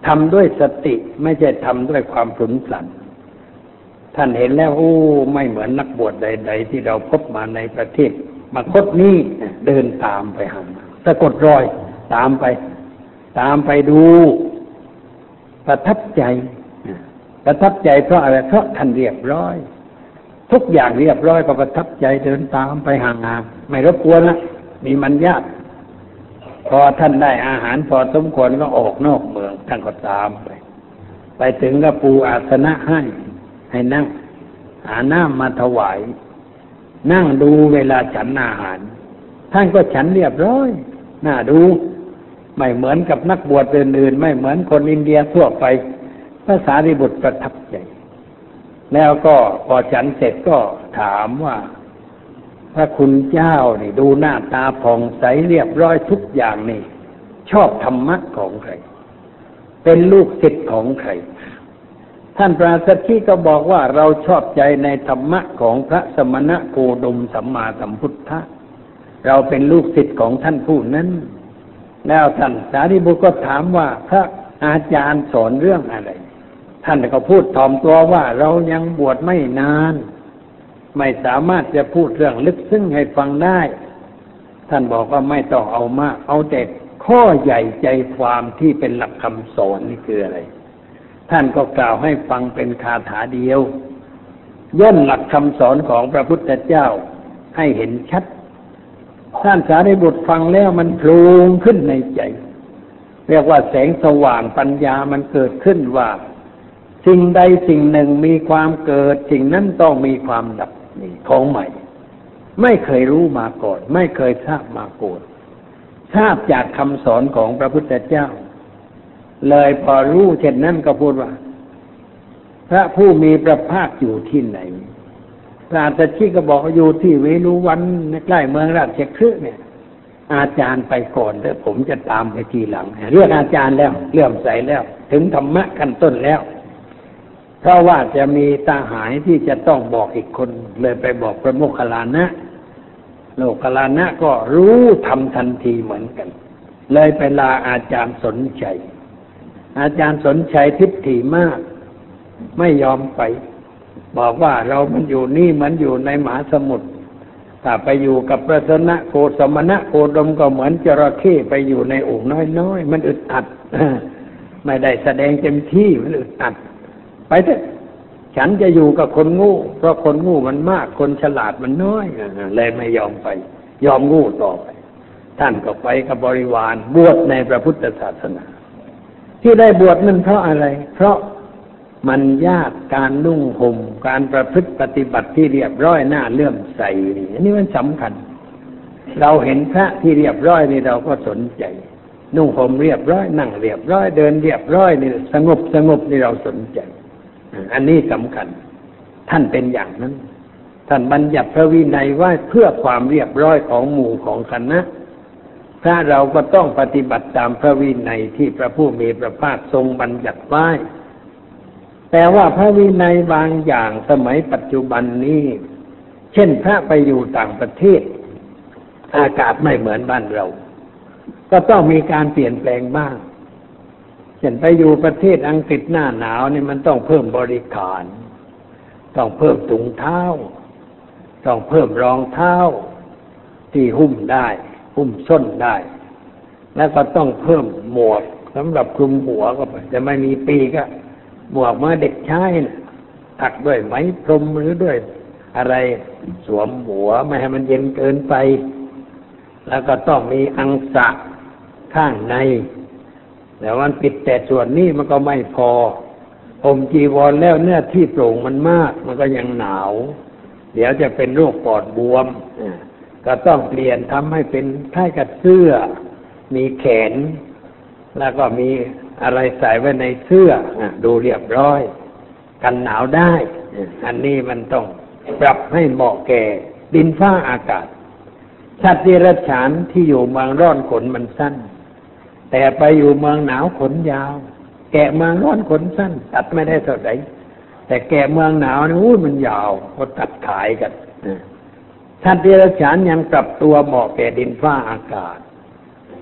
ทำด้วยสติไม่ใช่ทำด้วยความผุนสันท่านเห็นแล้วไม่เหมือนนักบวชใดๆที่เราพบมาในประเทศมาคตนี้เดินตามไปหาสะกดรอยตามไปดูประทับใจเพราะอะไรเพราะท่านเรียบร้อยทุกอย่างเรียบร้อยก็ประทับใจเดินตามไปห่างๆไม่รบกวนนะมีมันญาติพอท่านได้อาหารพอสมควรก็ออกนอกเมืองท่านก็ตามไปถึงก็ปูอาสนะให้นั่งหาน้ำมาถวายนั่งดูเวลาฉันอาหารท่านก็ฉันเรียบร้อยน่าดูไม่เหมือนกับนักบวชอื่นๆไม่เหมือนคนอินเดียทั่วไปพระสารีบุตรประทับใจแล้วก็พอฉันเสร็จก็ถามว่าพระคุณเจ้านี่ดูหน้าตาผ่องใสเรียบร้อยทุกอย่างนี่ชอบธรรมะของใครเป็นลูกศิษย์ของใครท่านพระสัทธิก็บอกว่าเราชอบใจในธรรมะของพระสมณโคดมสัมมาสัมพุทธะเราเป็นลูกศิษย์ของท่านผู้นั้นแล้วท่านสารีบุตรก็ถามว่าพระอาจารย์สอนเรื่องอะไรท่านก็พูดถ่อมตัวว่าเรายังบวชไม่นานไม่สามารถจะพูดเรื่องลึกซึ้งให้ฟังได้ท่านบอกว่าไม่ต้องเอามากเอาแต่ข้อใหญ่ใจความที่เป็นหลักคำสอนนี่คืออะไรท่านก็กล่าวให้ฟังเป็นคาถาเดียวย่นหลักคำสอนของพระพุทธเจ้าให้เห็นชัดท่านสารีบุตรฟังแล้วมันโผล่ขึ้นในใจเรียกว่าแสงสว่างปัญญามันเกิดขึ้นว่าสิ่งใดสิ่งหนึ่งมีความเกิดสิ่งนั้นต้องมีความดับนี่ของใหม่ไม่เคยรู้มาก่อนไม่เคยทราบมาก่อนทราบจากคำสอนของพระพุทธเจ้าเลยพอรู้เช่นนั้นก็พูดว่าพระผู้มีพระภาคอยู่ที่ไหนพระอาจารย์ก็บอกว่าอยู่ที่เวฬุวันใกล้เมืองราชคฤห์เนี่ยอาจารย์ไปก่อนแล้วผมจะตามไปทีหลังเรียกอาจารย์แล้วเลื่อมใสแล้วถึงธรรมะขั้นต้นแล้วเพราะว่าจะมีตาหายที่จะต้องบอกอีกคนเลยไปบอกพระโมคคัลลานะโมคคัลลานะก็รู้ทำทันทีเหมือนกันเลยไปลาอาจารย์สนชัยอาจารย์สนชัยทิฏฐิมากไม่ยอมไปบอกว่าเรามันอยู่นี่เหมือนอยู่ในมหาสมุทรถ้าไปอยู่กับพระสมณโคดมก็เหมือนจระเข้ไปอยู่ในโอ่งน้อยๆมันอึดอัดไม่ได้แสดงเต็มที่มันอึดอัดไปเถอะฉันจะอยู่กับคนโง่เพราะคนโง่มันมากคนฉลาดมันน้อยเลยไม่ยอมไปยอมโง่ต่อไปท่านก็ไปกับบริวารบวชในพระพุทธศาสนาที่ได้บวชนั้นเพราะอะไรเพราะมันยากการนุ่งห่มการประพฤติปฏิบัติที่เรียบร้อยหน้าเลื่อมใสนี่มันสำคัญเราเห็นพระที่เรียบร้อยนี่เราก็สนใจนุ่งห่มเรียบร้อยนั่งเรียบร้อยเดินเรียบร้อยนี่สงบนี่เราสนใจอันนี้สำคัญท่านเป็นอย่างนั้นท่านบัญญัติพระวินัยไว้เพื่อความเรียบร้อยของหมู่ของคณะพระเราก็ต้องปฏิบัติตามพระวินัยที่พระผู้มีพระภาคทรงบัญญัติไว้แต่ว่าพระวินัยบางอย่างสมัยปัจจุบันนี้เช่นพระไปอยู่ต่างประเทศอากาศไม่เหมือนบ้านเราก็ต้องมีการเปลี่ยนแปลงบ้างเช่นไปอยู่ประเทศอังกฤษหน้าหนาวนี่มันต้องเพิ่มบริการต้องเพิ่มถุงเท้าต้องเพิ่มรองเท้าที่หุ้มได้หุ้มส้นได้แล้วก็ต้องเพิ่มหมวกสำหรับคลุมหัวก็ไปจะไม่มีปีกอะหมวกมาเด็กชายนะถักด้วยไหมพรมหรือด้วยอะไรสวมหัวไม่ให้มันเย็นเกินไปแล้วก็ต้องมีอังสะข้างในแต่มันปิดแต่ส่วนนี้มันก็ไม่พอห่มจีวรแล้วเนื้อที่โปร่งมันมากมันก็ยังหนาวเดี๋ยวจะเป็นโรคปอดบวมก็ต้องเปลี่ยนทำให้เป็นคล้ายกับเสื้อมีแขนแล้วก็มีอะไรใส่ไว้ในเสื้อดูเรียบร้อยกันหนาวได้อันนี้มันต้องปรับให้เหมาะแก่ดินฟ้าอากาศสัตว์เดรัจฉานที่อยู่เมืองร้อนขนมันสั้นแต่ไปอยู่เมืองหนาวขนยาวแกะเมืองร้อนขนสั้นตัดไม่ได้เท่าไหร่แต่แกะเมืองหนาวนี่มันยาวก็ตัดขายกันสัตว์เดรัจฉานยังปรับตัวเหมาะแก่ดินฟ้าอากาศ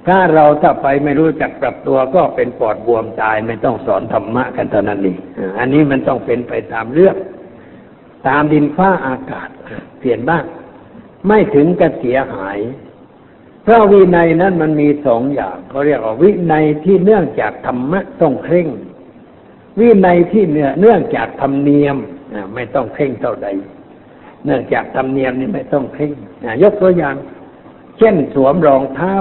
ถ้าเราถ้าไปไม่รู้จักปรับตัวก็เป็นปอดบวมตายไม่ต้องสอนธรรมะกันเท่านั้นเองอันนี้มันต้องเป็นไปตามเรื่องตามดินฟ้าอากาศเปลี่ยนบ้างไม่ถึงกับเสียหายเพราะวินัยนั้นมันมีสองอย่างเขาเรียกว่าวินัยที่เนื่องจากธรรมะต้องเคร่งวินัยที่เนื่องจากธรรมเนียมไม่ต้องเคร่งเท่าใดเนื่องจากธรรมเนียมนี่ไม่ต้องเคร่งยกตัวอย่างเช่นสวมรองเท้า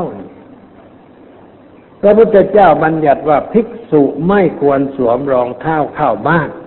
พระพุทธเจ้าบัญญัติว่าภิกษุไม่ควรสวมรองเท้าเข้าบ้าน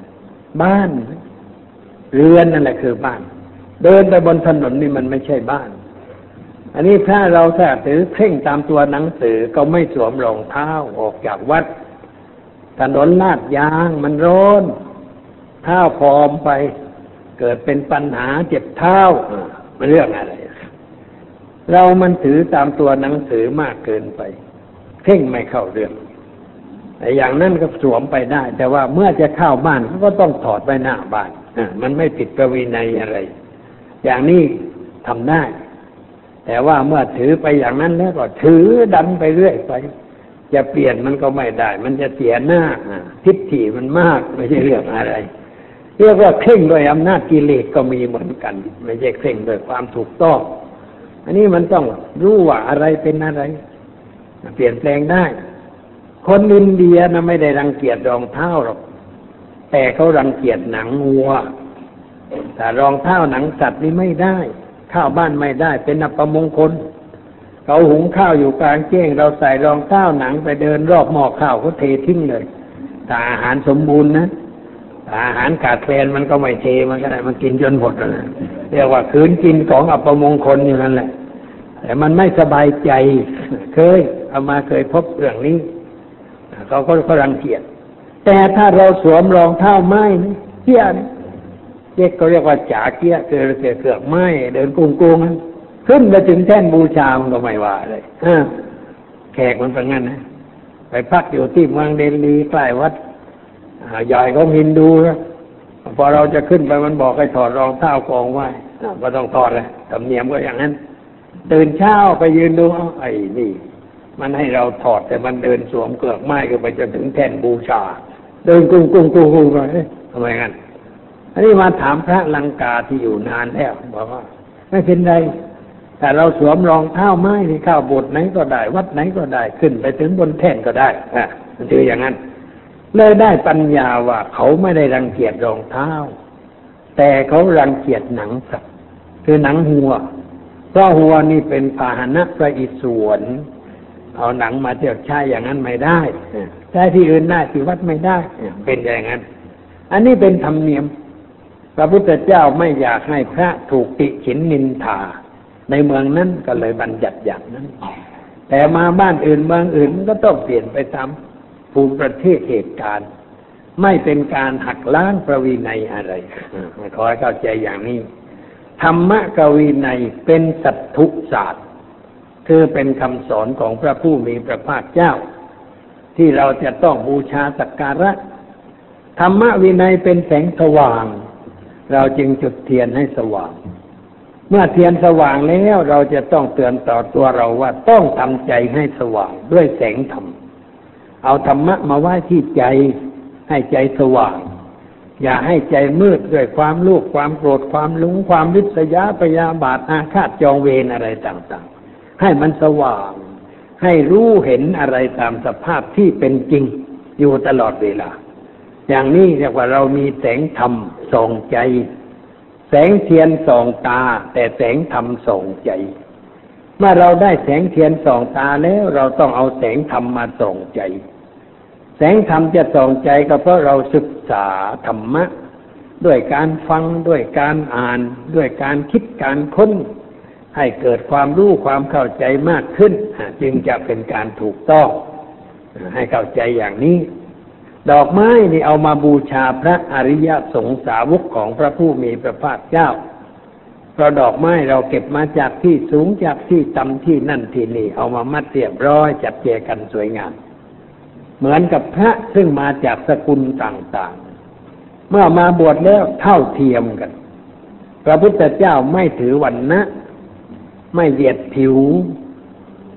เรือนนั่นแหละคือบ้านเดินไปบนถนนนี่มันไม่ใช่บ้านอันนี้ถ้าเราถือเคร่งตามตัวหนังสือก็ไม่สวมรองเท้าออกจากวัดถนนลาดยางมันร้อนเท้าพองไปเกิดเป็นปัญหาเจ็บเท้ามันเรื่องอะไรเรามันถือตามตัวหนังสือมากเกินไปเคร่งไม่เข้าเรื่องแต่อย่างนั้นก็สวมไปได้แต่ว่าเมื่อจะเข้าบ้านก็ต้องถอดไว้หน้าบ้านมันไม่ผิดประวินัยอะไรอย่างนี้ทำได้แต่ว่าเมื่อถือไปอย่างนั้นแล้วก็ถือดันไปเรื่อยไปจะเปลี่ยนมันก็ไม่ได้มันจะเสียหน้าทิฏฐิมันมากไม่ใช่เรื่องอะไรเรียกว่าเคร่งโดยอำนาจกิเลสก็มีเหมือนกันไม่ใช่เคร่งโดยความถูกต้องอันนี้มันต้องรู้ว่าอะไรเป็นอะไรเปลี่ยนแปลงได้คนอินเดียนะไม่ได้รังเกียจรองเท้าหรอกแต่เขารังเกียจหนังวัวแต่รองเท้าหนังสัตว์นี่ไม่ได้เข้าบ้านไม่ได้เป็นอัปมงคลเขาหุงข้าวอยู่กลางแจ้งเราใส่รองเท้าหนังไปเดินรอบหม้อข้าวเขาเททิ้งเลยแต่อาหารสมบูรณ์นะอาหารขาดแคลนมันก็ไม่เทมันก็ได้มันกินจนหมดแล้วนะเรียกว่าคืนกินของอัปมงคลอยู่นั่นแหละแต่มันไม่สบายใจเคยพบเรื่องนี้เขารังเกียจแต่ถ้าเราสวมรองเท้าไม้นี่เกี้ยนก็เรียกว่าจ๋าเกี้ยเกือกไม้เดินกุ้งๆนั้นขึ้นไปถึงแท่นบูชามันก็ไม่ว่าเลยแขกมันเป็นงั้นนะไปพักอยู่ที่เมืองเดลีใกล้วัดใหญ่ของฮินดูนะพอเราจะขึ้นไปมันบอกให้ถอดรองเท้ากองไว้ก็ต้องถอดเลยธรรมเนียมก็อย่างนั้นตื่นเช้าไปยืนดูไอ้นี่มันให้เราถอดแต่มันเดินสวมเกือกไม้ก็ไปจนถึงแท่นบูชาเดินกุ้งไปทำไมงั้นอันนี้มาถามพระลังกาที่อยู่นานแล้วบอกว่าไม่เป็นไรแต่เราสวมรองเท้าไม้ที่เข้าโบสถ์ไหนก็ได้วัดไหนก็ได้ขึ้นไปถึงบนแท่นก็ได้มันคืออย่างนั้นเลยได้ปัญญาว่าเขาไม่ได้รังเกียจรองเท้าแต่เขารังเกียจหนังสัตว์คือหนังวัวเพราะวัวนี่เป็นพาหนะประอิศวรเอาหนังมาเที่ยวใช้อย่างนั้นไม่ได้ใช้ที่อื่นได้ที่วัดไม่ได้เป็นอย่างนั้นอันนี้เป็นธรรมเนียมพระพุทธเจ้าไม่อยากให้พระถูกติฉินนินทาในเมืองนั้นก็เลยบัญญัติอย่างนั้นแต่มาบ้านอื่นเมืองอื่นก็ต้องเปลี่ยนไปตามภูมิประเทศเหตุการณ์ไม่เป็นการหักล้างประวินัยอะไรขอให้เข้าใจอย่างนี้ธรรมะกวินัยเป็นสัตถุศาสตร์คือเป็นคำสอนของพระผู้มีพระภาคเจ้าที่เราจะต้องบูชาสักการะธรรมวินัยเป็นแสงสว่างเราจึงจุดเทียนให้สว่างเมื่อเทียนสว่างแล้วเราจะต้องเตือนต่อตัวเราว่าต้องทำใจให้สว่างด้วยแสงธรรมเอาธรรมะมาไว้ที่ใจให้ใจสว่างอย่าให้ใจมืดด้วยความโลภความโกรธความหลงความริษยาพยาบาทอาฆาตจองเวรอะไรต่างๆให้มันสว่างให้รู้เห็นอะไรตามสภาพที่เป็นจริงอยู่ตลอดเวลาอย่างนี้เรียกว่าเรามีแสงธรรมส่องใจแสงเทียนส่องตาแต่แสงธรรมส่องใจเมื่อเราได้แสงเทียนส่องตาแล้วเราต้องเอาแสงธรรมมาส่องใจแสงธรรมจะส่องใจก็เพราะเราศึกษาธรรมะด้วยการฟังด้วยการอ่านด้วยการคิดการค้นให้เกิดความรู้ความเข้าใจมากขึ้นจึงจะเป็นการถูกต้องให้เข้าใจอย่างนี้ดอกไม้นี่เอามาบูชาพระอริยสงสาวกของพระผู้มีพระภาคเจ้าเพราะดอกไม้เราเก็บมาจากที่สูงจากที่ต่ำที่นั่นที่นี่เอามามัดเรียบร้อยจัดแจกันสวยงามเหมือนกับพระซึ่งมาจากสกุลต่างๆเมื่อมาบวชแล้วเท่าเทียมกันพระพุทธเจ้าไม่ถือวรรณะไม่เหยียดผิว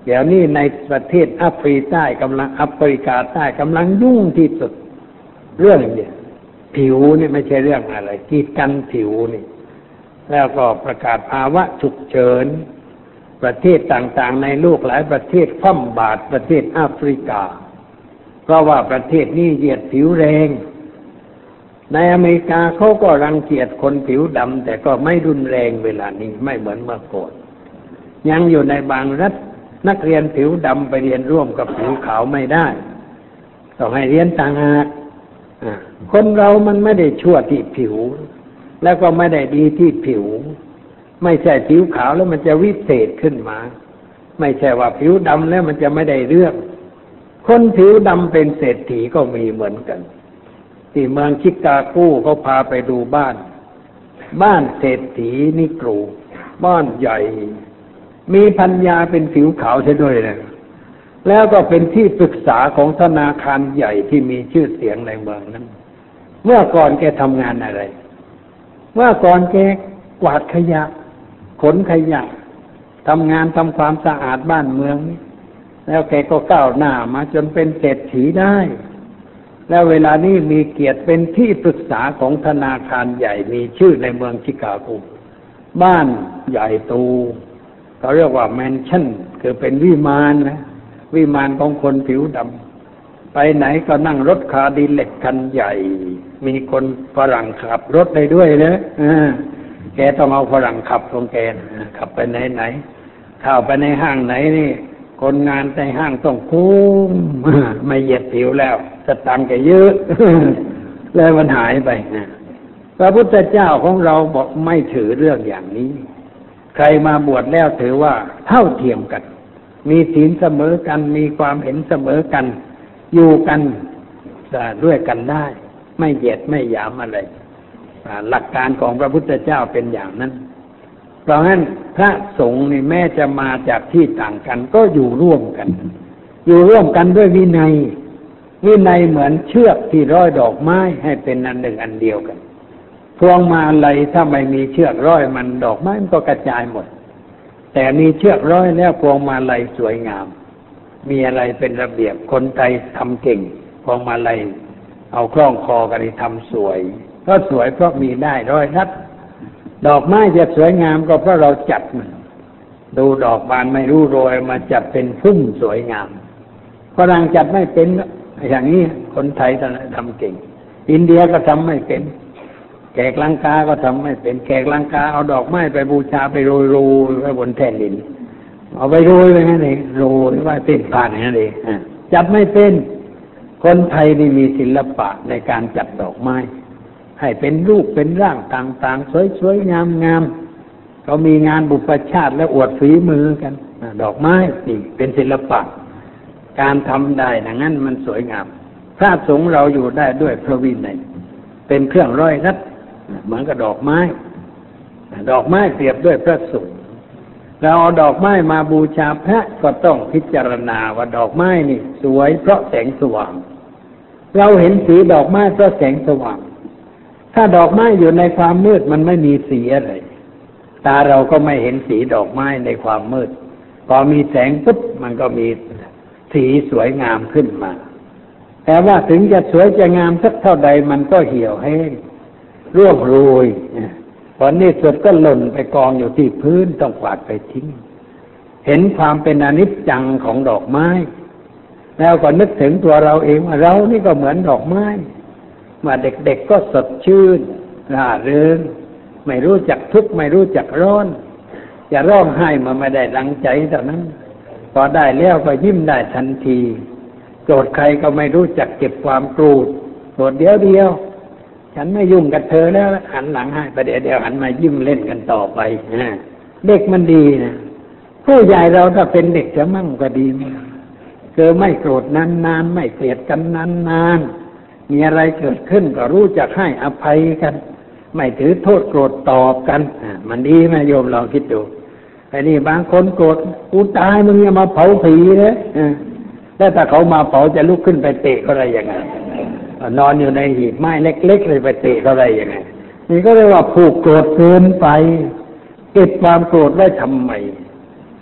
เดี๋ยวนี้ในประเทศแอฟริกาใต้กำลังยุ่งที่สุดเรื่องเนี่ยผิวนี่ไม่ใช่เรื่องอะไรกีดกันผิวนี่แล้วก็ประกาศภาวะฉุกเฉินประเทศต่างๆในโลกหลายประเทศคว่ำบาตรประเทศแอฟริกาเพราะว่าประเทศนี้เหยียดผิวแรงในอเมริกาเขาก็รังเกียจคนผิวดำแต่ก็ไม่รุนแรงเวลานี้ไม่เหมือนเมื่อก่อนยังอยู่ในบางรัฐนักเรียนผิวดำไปเรียนร่วมกับผิวขาวไม่ได้ต้องให้เรียนต่างหากคนเรามันไม่ได้ชั่วที่ผิวแล้วก็ไม่ได้ดีที่ผิวไม่ใช่ผิวขาวแล้วมันจะวิเศษขึ้นมาไม่ใช่ว่าผิวดำแล้วมันจะไม่ได้เรื่องคนผิวดำเป็นเศรษฐีก็มีเหมือนกันที่เมืองชิคาโกเขาพาไปดูบ้านเศรษฐีนิโกรบ้านใหญ่มีภรรยาเป็นผิวขาวใช่ด้วยนะแล้วก็เป็นที่ปรึกษาของธนาคารใหญ่ที่มีชื่อเสียงในเมืองนั้นเมื่อก่อนแกทำงานอะไรเมื่อก่อนแกกวาดขยะขนขยะทำงานทำความสะอาดบ้านเมืองนี่แล้วแกก็ก้าวหน้ามาจนเป็นเศรษฐีได้แล้วเวลานี้มีเกียรติเป็นที่ปรึกษาของธนาคารใหญ่มีชื่อในเมืองชิคาโกบ้านใหญ่โตเขาเรียกว่าแมนชั่นคือเป็นวิมานนะวิมานของคนผิวดำไปไหนก็นั่งรถคาร์ดิแลกคันใหญ่มีคนฝรั่งขับรถได้ด้วยนะแกต้องเอาฝรั่งขับของแกขับไปไหนเข้าไปในห้างไหนนี่คนงานในห้างต้องคุ้มไม่เหยียดผิวแล้วสตางค์แกเยอะเลยมันหายไปพระพุทธเจ้าของเราบอกไม่ถือเรื่องอย่างนี้ใครมาบวชแล้วถือว่าเท่าเทียมกันมีศีลเสมอกันมีความเห็นเสมอกันอยู่กันด้วยกันได้ไม่เหยียดไม่หยามอะไรหลักการของพระพุทธเจ้าเป็นอย่างนั้นเพราะฉะนั้นพระสงฆ์นี่แม้จะมาจากที่ต่างกันก็อยู่ร่วมกันด้วยวินัยเหมือนเชือกที่ร้อยดอกไม้ให้เป็นอันหนึ่งอันเดียวกันพวงมาลัยถ้าไม่มีเชือกร้อยมันดอกไม้มันก็กระจายหมดแต่มีเชือกร้อยแล้วพวงมาลัยสวยงามมีอะไรเป็นระเบียบคนไทยทำเก่งพวงมาลัยเอาคล้องคอกันทำสวยก็สวยเพราะมีได้ร้อยรัดดอกไม้จะสวยงามก็เพราะเราจัดมันดูดอกบานไม่รู้โรยมาจัดเป็นพุ่มสวยงามฝรั่งจัดไม่เป็นอย่างนี้คนไทยทำเก่งอินเดียก็ทำไม่เป็นแขกลังกาก็ทำไม่เป็นแขกลังกาเอาดอกไม้ไปบูชาไปโรยไว้บนแท่นดินเอาไปโรยไว้นั่นเองโรยไว้เป็นผ่านนั่นเองจัดไม่เป็นคนไทยนี่มีศิลปะในการจัดดอกไม้ให้เป็นรูปเป็นร่างต่างๆสวยๆงามๆเขามีงานบุพชาติและอวดฝีมือกันดอกไม้นี่เป็นศิลปะการทำได้ดังนั้นมันสวยงามพระสงฆ์เราอยู่ได้ด้วยพระวินัยเป็นเครื่องร้อยรัดเหมือนกับดอกไม้เปรียบด้วยพระสงฆ์เราเอาดอกไม้มาบูชาพระก็ต้องพิจารณาว่าดอกไม้นี่สวยเพราะแสงสว่างเราเห็นสีดอกไม้เพราะแสงสว่างถ้าดอกไม้อยู่ในความมืดมันไม่มีสีอะไรตาเราก็ไม่เห็นสีดอกไม้ในความมืดพอมีแสงปุ๊บมันก็มีสีสวยงามขึ้นมาแต่ว่าถึงจะสวยจะงามสักเท่าใดมันก็เหี่ยวแห้งร่วงโรยผลที่สุดก็หล่นไปกองอยู่ที่พื้นต้องกวาดไปทิ้งเห็นความเป็นอนิจจังของดอกไม้แล้วก็นึกถึงตัวเราเองว่าเรานี่ก็เหมือนดอกไม้มาเด็กๆก็สดชื่นร่าเริงไม่รู้จักทุกข์ไม่รู้จักร้อนจะร้องไห้มาไม่ได้ดังใจเท่านั้นพอได้แล้วก็ยิ้มได้ทันทีโกรธใครก็ไม่รู้จักเก็บความโกรธเดียวฉันไม่ยุ่งกับเธอแล้วหันหลังให้ไปเดี๋ยวหันมายิ้มเล่นกันต่อไปเด็กมันดีนะผู้ใหญ่เราถ้าเป็นเด็กจะมั่งก็ดีคือไม่โกรธนานๆไม่เกลียดกันนานๆมีอะไรเกิดขึ้นก็รู้จักให้อภัยกันไม่ถือโทษโกรธตอบกันมันดีไหมโยมลองคิดดูไอ้นี่บางคนโกรธกูตายมึงอย่ามาเผาผีนะแล้วถ้าเขามาเผาจะลุกขึ้นไปเตะเขาได้ยังไงนอนอยู่ในหีบไม้เล็กๆเลยไปเตะเขาได้ยังไงนี่ก็เรียกว่าผูกโกรธเกินไปเก็บความโกรธไว้ทำไม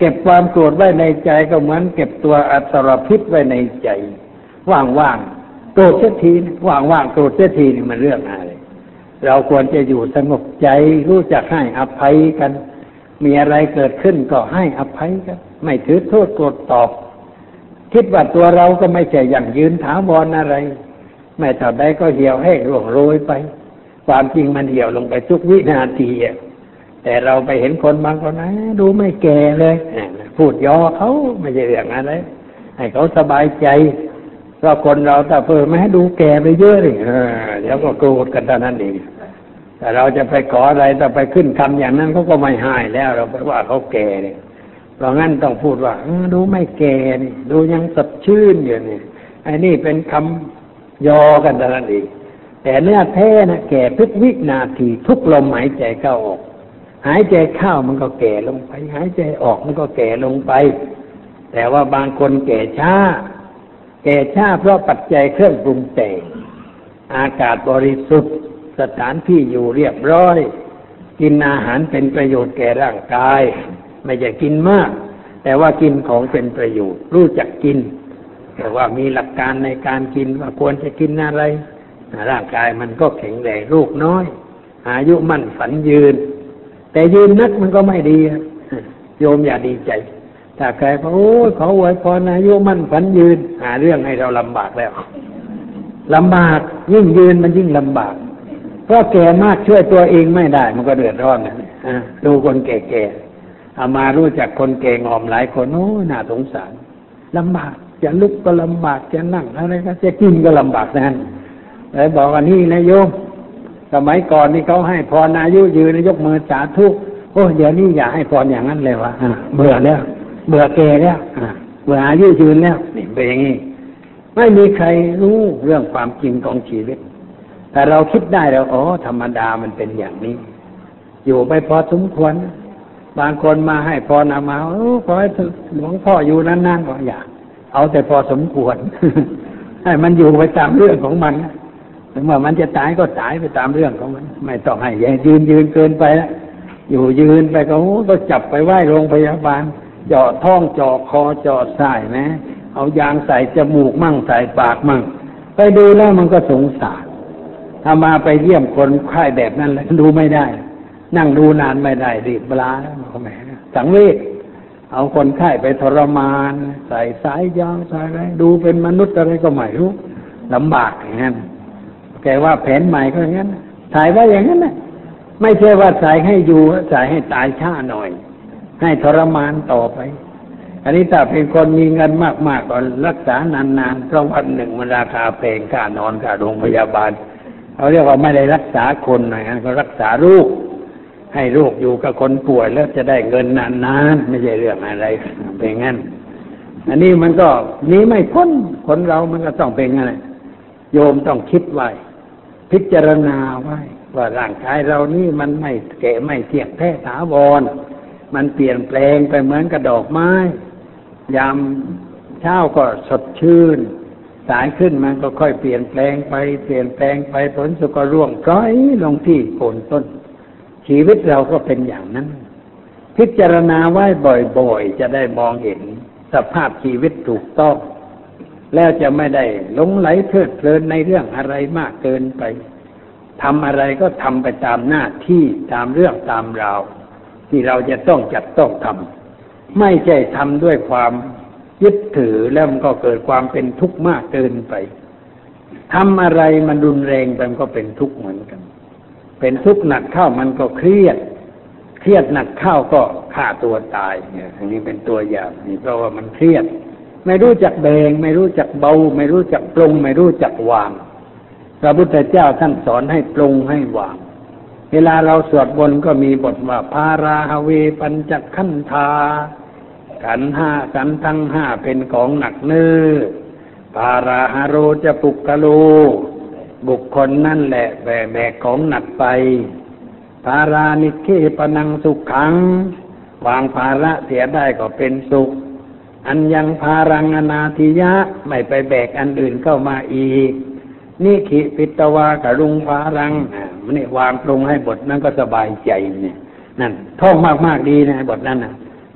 เก็บความโกรธไว้ในใจก็เหมือนเก็บตัวอสรพิษไว้ในใจว่างๆโกรธเสียทีว่างๆโกรธเสียทีนี่มันเรื่องอะไรเราควรจะอยู่สงบใจรู้จักให้อภัยกันมีอะไรเกิดขึ้นก็ให้อภัยกันไม่ถือโทษโกรธตอบคิดว่าตัวเราก็ไม่ใช่อย่างยืนถาวรอะไรไม่เท่าใดก็เหี่ยวแห้งร่วงโรยไปความจริงมันเหี่ยวลงไปทุกวินาทีแต่เราไปเห็นคนบางคนนะดูไม่แก่เลยพูดย่อเขาไม่ใช่เรื่องอะไรให้เขาสบายใจเพราะคนเราแต่เพิ่มไม่ให้ดูแก่ไปเยอะเลยเดี๋ยวก็โกรธกันเท่านั้นเองแต่เราจะไปขออะไรแต่ไปขึ้นคำอย่างนั้นเขาก็ไม่ให้แล้วเราไปว่าเขาแก่เนี่ยเพราะงั้นต้องพูดว่าดูไม่แก่นี่ดูยังสดชื่นอยู่นี่ไอ้นี่เป็นคำยอกันเท่านั้นเองแต่เนื้อแท้นะแก่ทุกวินาทีทุกลมหายใจเข้าออกหายใจเข้ามันก็แก่ลงไปหายใจออกมันก็แก่ลงไปแต่ว่าบางคนแก่ช้าเพราะปัจจัยเครื่องปรุงแต่งอากาศบริสุทธิ์สถานที่อยู่เรียบร้อยกินอาหารเป็นประโยชน์แก่ร่างกายไม่ใช่กินมากแต่ว่ากินของเป็นประโยชน์รู้จักกินแต่ว่ามีหลักการในการกินว่าควรจะกินอะไรร่างกายมันก็แข็งแรงลูกน้อยอายุมั่นฝันยืนแต่ยืนนักมันก็ไม่ดีโยมอย่าดีใจถ้าใครบอกโอ้ขออวยพรอายุมั่นฝันยืนหาเรื่องให้เราลำบากแล้วลำบากยิ่งยืนมันยิ่งลำบากเพราะแก่มากช่วยตัวเองไม่ได้มันก็เดือดร้อนนะดูคนแก่ๆเอามารู้จักคนแก่งอมหลายคนโอ้น่าสงสารลำบากจะลุกก็ลำบากจะนั่งอะไรก็จะกินก็ลำบากนั่นเลยบอกว่านี่นะโยมสมัยก่อนนี่เขาให้พรอายุยืนยกมือสาธุโอ้เดี๋ยวนี้อย่าให้พรอย่างนั้นเลยวะเบื่อแล้วเบื่อแก่แล้วเบื่ออายุยืนแล้วนี่เป็นอย่างนี้ไม่มีใครรู้เรื่องความจริงของชีวิตแต่เราคิดได้แล้วอ๋อธรรมดามันเป็นอย่างนี้อยู่ไปพอสมควรบางคนมาให้พรมาโอ้ขอให้หลวงพ่ออยู่นานๆก็อย่าเอาแต่พอสมควร ให้มันอยู่ไปตามเรื่องของมันถึงว่ามันจะตายก็ตายไปตามเรื่องของมันไม่ต้องให้ยืนเกินไปแล้วอยู่ยืนไปก็จับไปไหว้โรงพยาบาลเจาะท้องเจาะคอเจาะไส้นะเอายางใส่จมูกมั่งใส่ปากมั่งไปดูแล้วมันก็สงสารถ้ามาไปเยี่ยมคนไข้แบบนั้นแล้วดูไม่ได้นั่งดูนานไม่ได้รีบเวลาแล้วแหมสังเวชเอาคนไข้ไปทรมานใส่สายยางใส่อะไรดูเป็นมนุษย์อะไรก็ไม่รู้ลำบากอย่างนั้นแกว่าแผนใหม่ก็อย่างนั้นถ่ายไว้อย่างนั้นนะไม่ใช่ว่าใส่ให้อยู่ใส่ให้ตายช้าหน่อยให้ทรมานต่อไปอันนี้ถ้าเป็นคนมีเงินมากๆก็รักษานานๆเพราะวันหนึ่งมันราคาแพงค่านอนค่าโรงพยาบาลเขาเรียกว่าไม่ได้รักษาคนนะเขารักษาลูกให้ลูกอยู่กับคนป่วยแล้วจะได้เงินนานๆไม่ใช่เรื่องอะไรเป็นงั้นอันนี้มันก็นี้ไม่พ้นคนเรามันก็ต้องเป็นงั้นโยมต้องคิดไว้พิจารณาไว้ว่าร่างกายเรานี่มันไม่แก่ไม่เที่ยงแท้ถาวรมันเปลี่ยนแปลงไปเหมือนกับดอกไม้ยามเช้าก็สดชื่นสายขึ้นมันก็ค่อยเปลี่ยนแปลงไปผลสุดก็ร่วงพร้อยลงที่โคนต้นชีวิตเราก็เป็นอย่างนั้นพิจารณาไว้บ่อยๆจะได้มองเห็นสภาพชีวิตถูกต้องแล้วจะไม่ได้หลงไหลเพลิดเพลินในเรื่องอะไรมากเกินไปทำอะไรก็ทำไปตามหน้าที่ตามเรื่องตามราวที่เราจะต้องจัดต้องทำไม่ใช่ทำด้วยความยึดถือแล้วมันก็เกิดความเป็นทุกข์มากเกินไปทำอะไรมันรุนแรงไปมันก็เป็นทุกข์เหมือนกันเป็นทุกข์หนักเข้ามันก็เครียดหนักเข้าก็ฆ่าตัวตายเนี่ยอันนี้เป็นตัวอย่างนี่เพราะว่ามันเครียดไม่รู้จักแบ่งไม่รู้จักเบาไม่รู้จักปรุงไม่รู้จักวางพระพุทธเจ้าท่านสอนให้ปรุงให้วางเวลาเราสวดมนต์ก็มีบทว่าภาราหเวปัญจขันธาขันธ์ห้าขันธ์ทั้งห้าเป็นของหนักเนื้อภาราหโรจะปุกกะโลบุคคลนั่นแหละแบกของหนักไปภารานิเคปนังสุขขังวางภาระเสียได้ก็เป็นสุขอันยังภารังอนาทิยะไม่ไปแบกอันอื่นเข้ามาอีกนี่ขิปิตวากรุงภารังมันนี่วางปรุงให้บทนั้นก็สบายใจเนี่ยนั่นท่องมากๆดีนะบทนั้นนะ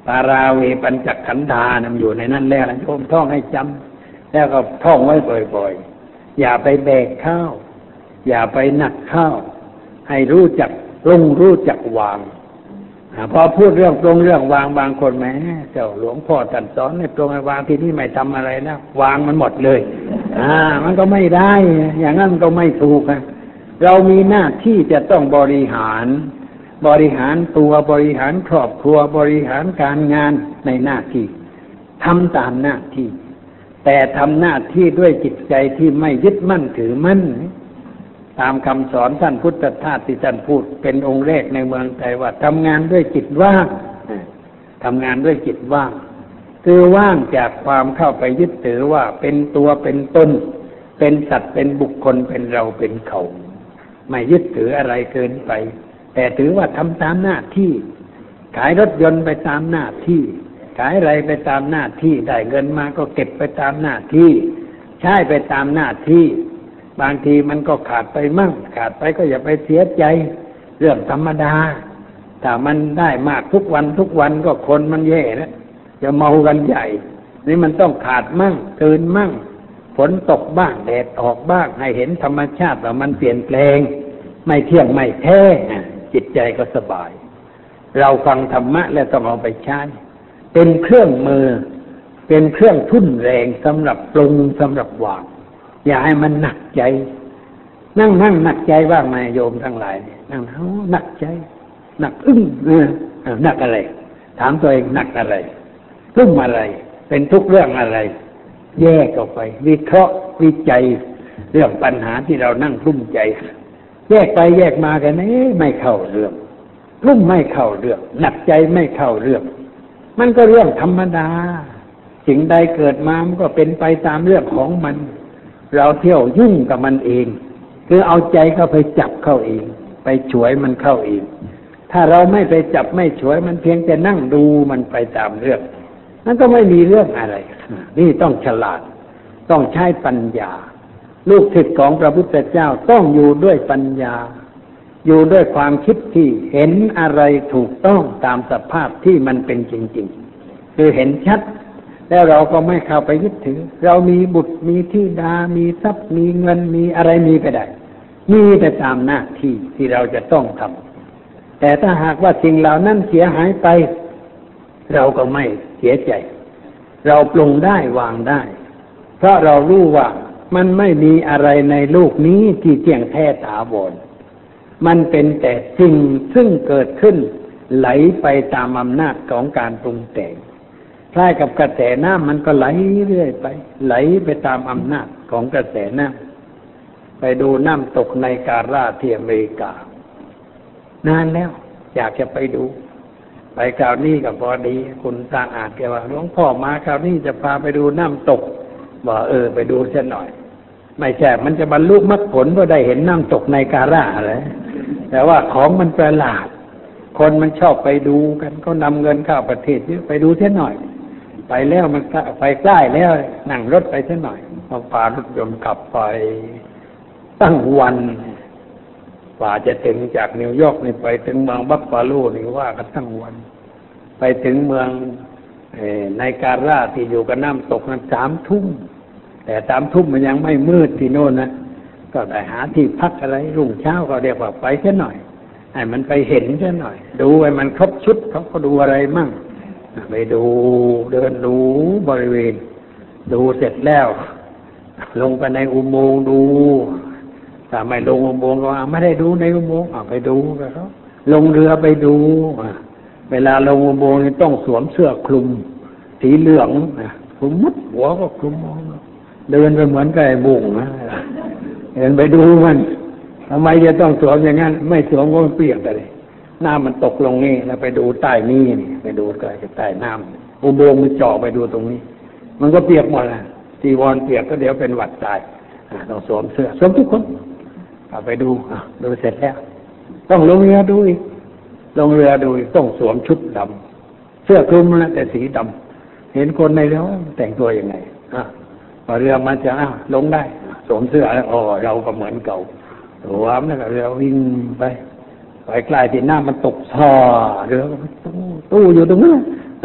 ปาราเวปัญจขันธานะมันอยู่ในนั้นแล้วนะโยมท่องให้จำแล้วก็ท่องไว้บ่อยๆอย่าไปแบกข้าวอย่าไปหนักข้าวให้รู้จักปรุงรู้จักวางพอพูดเรื่องปรุงเรื่องวางบางคนแหมเจ้าหลวงพ่อตรัสสอนให้ปรุงให้วางที่นี่ไม่ทำอะไรนะวางมันหมดเลยมันก็ไม่ได้อย่างนั้นมันก็ไม่ถูกนะเรามีหน้าที่จะต้องบริหารตัวบริหารครอบครัวบริหารการงานในหน้าที่ทำตามหน้าที่แต่ทำหน้าที่ด้วยจิตใจที่ไม่ยึดมั่นถือมั่นตามคำสอนท่านพุทธทาสที่ท่านพูดเป็นองค์แรกในเมืองไทยว่าทำงานด้วยจิตว่างทำงานด้วยจิตว่างคือว่างจากความเข้าไปยึดถือว่าเป็นตัวเป็นตนเป็นสัตว์เป็นบุคคลเป็นเราเป็นเขาไม่ยึดถืออะไรเกินไปแต่ถือว่าทำตามหน้าที่ขายรถยนต์ไปตามหน้าที่ขายอะไรไปตามหน้าที่ได้เงินมาก็เก็บไปตามหน้าที่ใช้ไปตามหน้าที่บางทีมันก็ขาดไปมั่งขาดไปก็อย่าไปเสียใจเรื่องธรรมดาถ้ามันได้มากทุกวันก็คนมันแย่แล้วจะเมากันใหญ่นี่มันต้องขาดมั่งเกินมั่งฝนตกบ้างแดดออกบ้างให้เห็นธรรมชาติว่ามันเปลี่ยนแปลงไม่เที่ยงไม่แท้จิตใจก็สบายเราฟังธรรมะแล้วต้องเอาไปใช้เป็นเครื่องมือเป็นเครื่องทุ่นแรงสำหรับปรุงสำหรับวางอย่าให้มันหนักใจนั่งหนักใจบ้างไหมโยมทั้งหลายนั่งหนักใจหนักหนักอะไรถามตัวเองหนักอะไรรุ่มอะไรเป็นทุกเรื่องอะไรแยกออกไปวิเคราะห์วิจัยเรื่องปัญหาที่เรานั่งรุ่มใจแยกไปแยกมากันไม่เข้าเรื่องรุ่มไม่เข้าเรื่องหนักใจไม่เข้าเรื่องมันก็เรื่องธรรมดาสิ่งใดเกิดมามันก็เป็นไปตามเรื่องของมันเราเที่ยวยุ่งกับมันเองคือเอาใจเข้าไปจับเข้าเองไปฉวยมันเข้าเองถ้าเราไม่ไปจับไม่ฉวยมันเพียงแต่นั่งดูมันไปตามเรื่องนั่นก็ไม่มีเรื่องอะไรนี่ต้องฉลาดต้องใช้ปัญญาลูกศิษย์ของพระพุทธเจ้าต้องอยู่ด้วยปัญญาอยู่ด้วยความคิดที่เห็นอะไรถูกต้องตามสภาพที่มันเป็นจริงๆคือเห็นชัดแล้วเราก็ไม่เข้าไปยึดถือเรามีบุตรมีธิดามีทรัพย์มีเงินมีอะไรมีไปได้มีแต่ตามหน้าที่ที่เราจะต้องทำแต่ถ้าหากว่าสิ่งเหล่านั้นเสียหายไปเราก็ไม่เสียใจเราปรุงได้วางได้เพราะเรารู้ว่ามันไม่มีอะไรในโลกนี้ที่เที่ยงแท้ถาวรมันเป็นแต่สิ่งซึ่งเกิดขึ้นไหลไปตามอำนาจของการปรุงแต่งคล้ายกับกระแสน้ำมันก็ไหลเรื่อยไปไหลไปตามอำนาจของกระแสน้ำไปดูน้ำตกในการ่าที่อเมริกานานแล้วอยากจะไปดูไปคราวนี้ก็พอดีคุณสร้างอาจแกว่าหลวงพ่อมาคราวนี้จะพาไปดูน้ำตกบอกไปดูเสียหน่อยไม่ใช่มันจะบรรลุมรรคผลเพราะได้เห็นน้ำตกในการ่าอะไรแต่ว่าของมันประหลาดคนมันชอบไปดูกันก็นำเงินเข้าประเทศเยอะไปดูเสียหน่อยไปแล้วมันไปใกล้แล้วนั่งรถไปเสียหน่อยเอาพารถยนต์ขับไปตั้งวันกว่าจะถึงจากนิวยอร์กนี่ไปถึงเมืองบัฟฟาโลนี่ว่ากันตั้งวันไปถึงเมืองในการ่าที่อยู่กับน้ำตกนั้น3 ทุ่มแต่3 ทุ่มมันยังไม่มืดที่โน่นนะก็ได้หาที่พักอะไรรุ่งเช้าก็เรียกว่าไปแค่หน่อยให้มันไปเห็นแค่หน่อยดูให้มันครบชุดเขาก็ดูอะไรมั่งไปดูเดินดูบริเวณดูเสร็จแล้วลงไปในอุโมงค์ดูถ้าไม่ลงอุโมงค์ก็ไม่ได้ดูในอุโมงค์ไปดูกับเขาลงเรือไปดูเวลาลงอุโมงค์นี่ต้องสวมเสื้อคลุมสีเหลืองคลุมมุดหัวก็คลุมเดินไปเหมือนกับไอ้บุ๋งเดินไปดูมันทำไมจะต้องสวมอย่างนั้นไม่สวมก็เปียกเลยน้ำมันตกลงนี่แล้วไปดูใต้นี่ไปดูใต้น้ำอุโมงค์มันเจาะไปดูตรงนี้มันก็เปียกหมดเลยจีวรเปียกก็เดี๋ยวเป็นหวัดตายต้องสวมเสื้อสวมทุกคนไปดูดูเสร็จแล้วต้องลงเรือดูอีกลงเรือดูต้องสวมชุดดำเสื้อคลุมนะแต่สีดำเห็นคนในเรือแต่งตัวยังไงพอเรือมันจะลงได้สวมเสื้อแล้วเราก็เหมือนเก่าสวมแล้วก็เรือวิ่งไปใกล้ที่น้ำมันตกซ่อเรือก็ตู้อยู่ตรงนั้น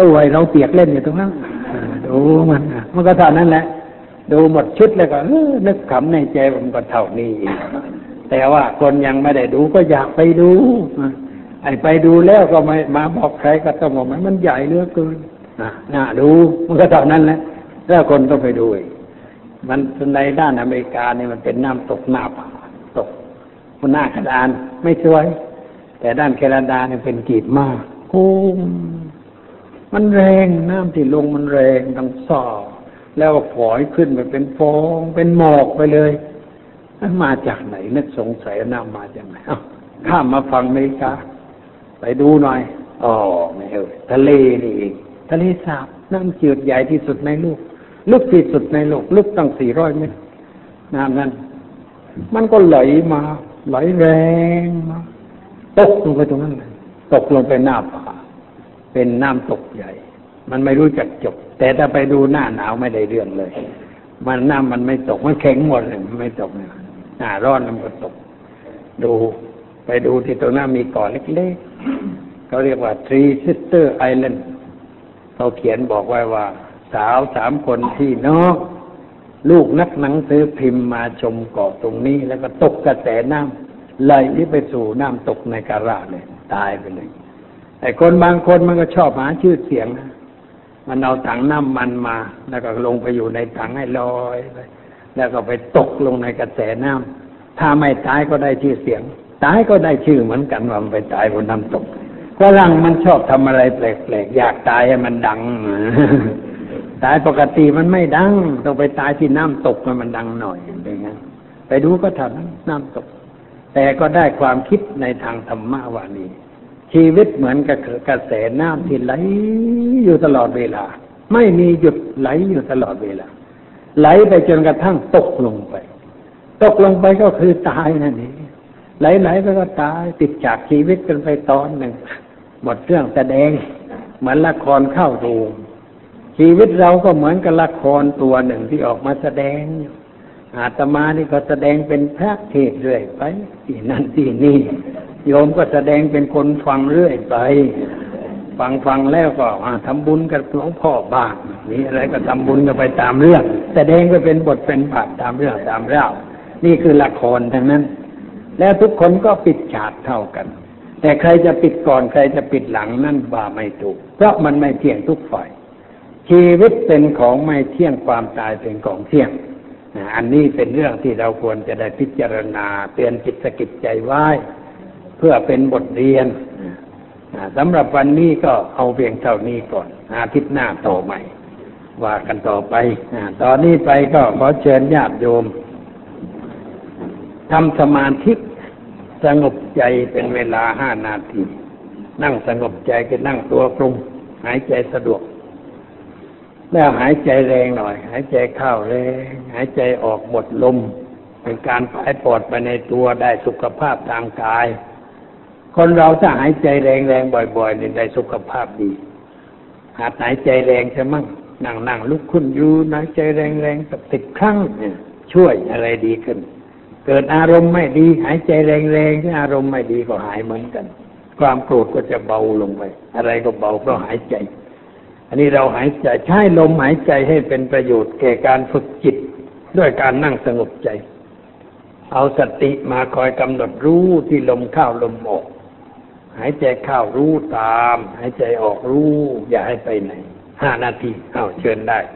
ตู้ไอ้เราเปียกเล่นอยู่ตรงนั้นดูมันก็เท่านั้นแหละดูหมดชุดแล้วก็นึกขำในใจมันก็เท่านี้แต่ว่าคนยังไม่ได้ดูก็อยากไปดูไอ้ไปดูแล้วก็ไม่มาบอกใครก็ต้องบอกมันใหญ่เหลือเกินน่าดูมันก็เท่านั้นแหละแล้วคนต้องไปดูมันในด้านอเมริกาเนี่ยมันเป็นน้ำตกหน้าผาตกบนหน้ากระดานไม่สวยแต่ด้านแคนาดาเนี่ยเป็นกีบมากโอ้มันแรงน้ำที่ลงมันแรงดังส่อแล้วฝอยขึ้นไปเป็นฟองเป็นหมอกไปเลยมันมาจากไหนนึกสงสัยน้ำมาจากไหนข้ามมาฝั่งอเมริกาไปดูหน่อยไม่เออทะเลนี่เองทะเลสาบน้ำจืดใหญ่ที่สุดในโลกลึกที่สุดในโลกลึกตั้ง400 เมตรน้ำนั้นมันก็ไหลมาไหลแรงมาตกลงไปตรงนั้นเลยตกลงไปหน้าผาเป็นน้ำตกใหญ่มันไม่รู้จักจบแต่ถ้าไปดูหน้าหนาวไม่ได้เรื่องเลยมันน้ำมันไม่ตกมันแข็งหมดเลยไม่ตกหน้าร้อนมันก็ตกดูไปดูที่ตรงนั้นมีเกาะเล็กๆเขาเรียกว่า Three Sister Island เขาเขียนบอกไว้ว่าสาว3 คนพี่น้องลูกนักหนังสือพิมพ์มาชมเกาะตรงนี้แล้วก็ตกกระแสน้ำไหลไปสู่น้ำตกในการาเลยตายไปเลยไอ้คนบางคนมันก็ชอบหาชื่อเสียงนะมันเอาถังน้ำมันมาแล้วก็ลงไปอยู่ในถังให้ลอยไปแล้วก็ไปตกลงในกระแสน้ำถ้าไม่ตายก็ได้ชื่อเสียงตายก็ได้ชื่อเหมือนกันว่ามันไปตายบนน้ำตกฝรั่งมันชอบทำอะไรแปลกๆอยากตายให้มันดัง ตายปกติมันไม่ดังต้องไปตายที่น้ำตกมันดังหน่อยอย่างนั้นไปดูก็เท่านั้นน้ำตกแต่ก็ได้ความคิดในทางธรรมะว่านี่ชีวิตเหมือนกับกระแสน้ำที่ไหลอยู่ตลอดเวลาไม่มีหยุดไหลอยู่ตลอดเวลาไหลไปจนกระทั่งตกลงไปก็คือตายนั่นเองไหลไปก็ตายติดจากชีวิตกันไปตอนหนึ่งหมดเรื่องแสดงเหมือนละครเข้าโรงชีวิตเราก็เหมือนกับละครตัวหนึ่งที่ออกมาแสดงอาตมานี่ก็แสดงเป็นพระเทศเรื่อยไปที่นั่นที่นี่โยมก็แสดงเป็นคนฟังเรื่อยไปฟังแล้วก็ทำบุญกับหลวงพ่อบ้างนี่อะไรก็ทำบุญกันไปตามเรื่องแสดงไปเป็นบทเป็นบาทตามเรื่องตามราวนี่คือละครทั้งนั้นแล้วทุกคนก็ปิดฉากเท่ากันแต่ใครจะปิดก่อนใครจะปิดหลังนั่นว่าไม่ถูกเพราะมันไม่เที่ยงทุกฝ่ายชีวิตเป็นของไม่เที่ยงความตายเป็นของเที่ยงอันนี้เป็นเรื่องที่เราควรจะได้พิจารณาเตือนจิตสกิจใจไว้เพื่อเป็นบทเรียนสำหรับวันนี้ก็เอาเพียงเท่านี้ก่อนอาทิตย์หน้าต่อใหม่ว่ากันต่อไปตอนนี้ไปก็ขอเชิญญาติโยมทำสมาธิสงบใจเป็นเวลา5 นาทีนั่งสงบใจก็นั่งตัวตรงหายใจสะดวกแล้วหายใจแรงหน่อยหายใจเข้าแรงหายใจออกหมดลมเป็นการผายปอดไปในตัวได้สุขภาพทางกายคนเราถ้าหายใจแรงๆบ่อยๆนี่ได้สุขภาพดีหากหายใจแรงใช่มั้งนั่งลุกขึ้นยืนหายใจแรงๆสัก10 ครั้งช่วยอะไรดีขึ้นเกิดอารมณ์ไม่ดีหายใจแรงๆถ้าอารมณ์ไม่ดีก็หายเหมือนกันความโกรธก็จะเบาลงไปอะไรก็เบาเพราะหายใจอันนี้เราหายใจใช้ลมหายใจให้เป็นประโยชน์แก่การฝึกจิตด้วยการนั่งสงบใจเอาสติมาคอยกำหนดรู้ที่ลมเข้าลมออกหายใจเข้ารู้ตามหายใจออกรู้อย่าให้ไปไหน5 นาทีเชิญได้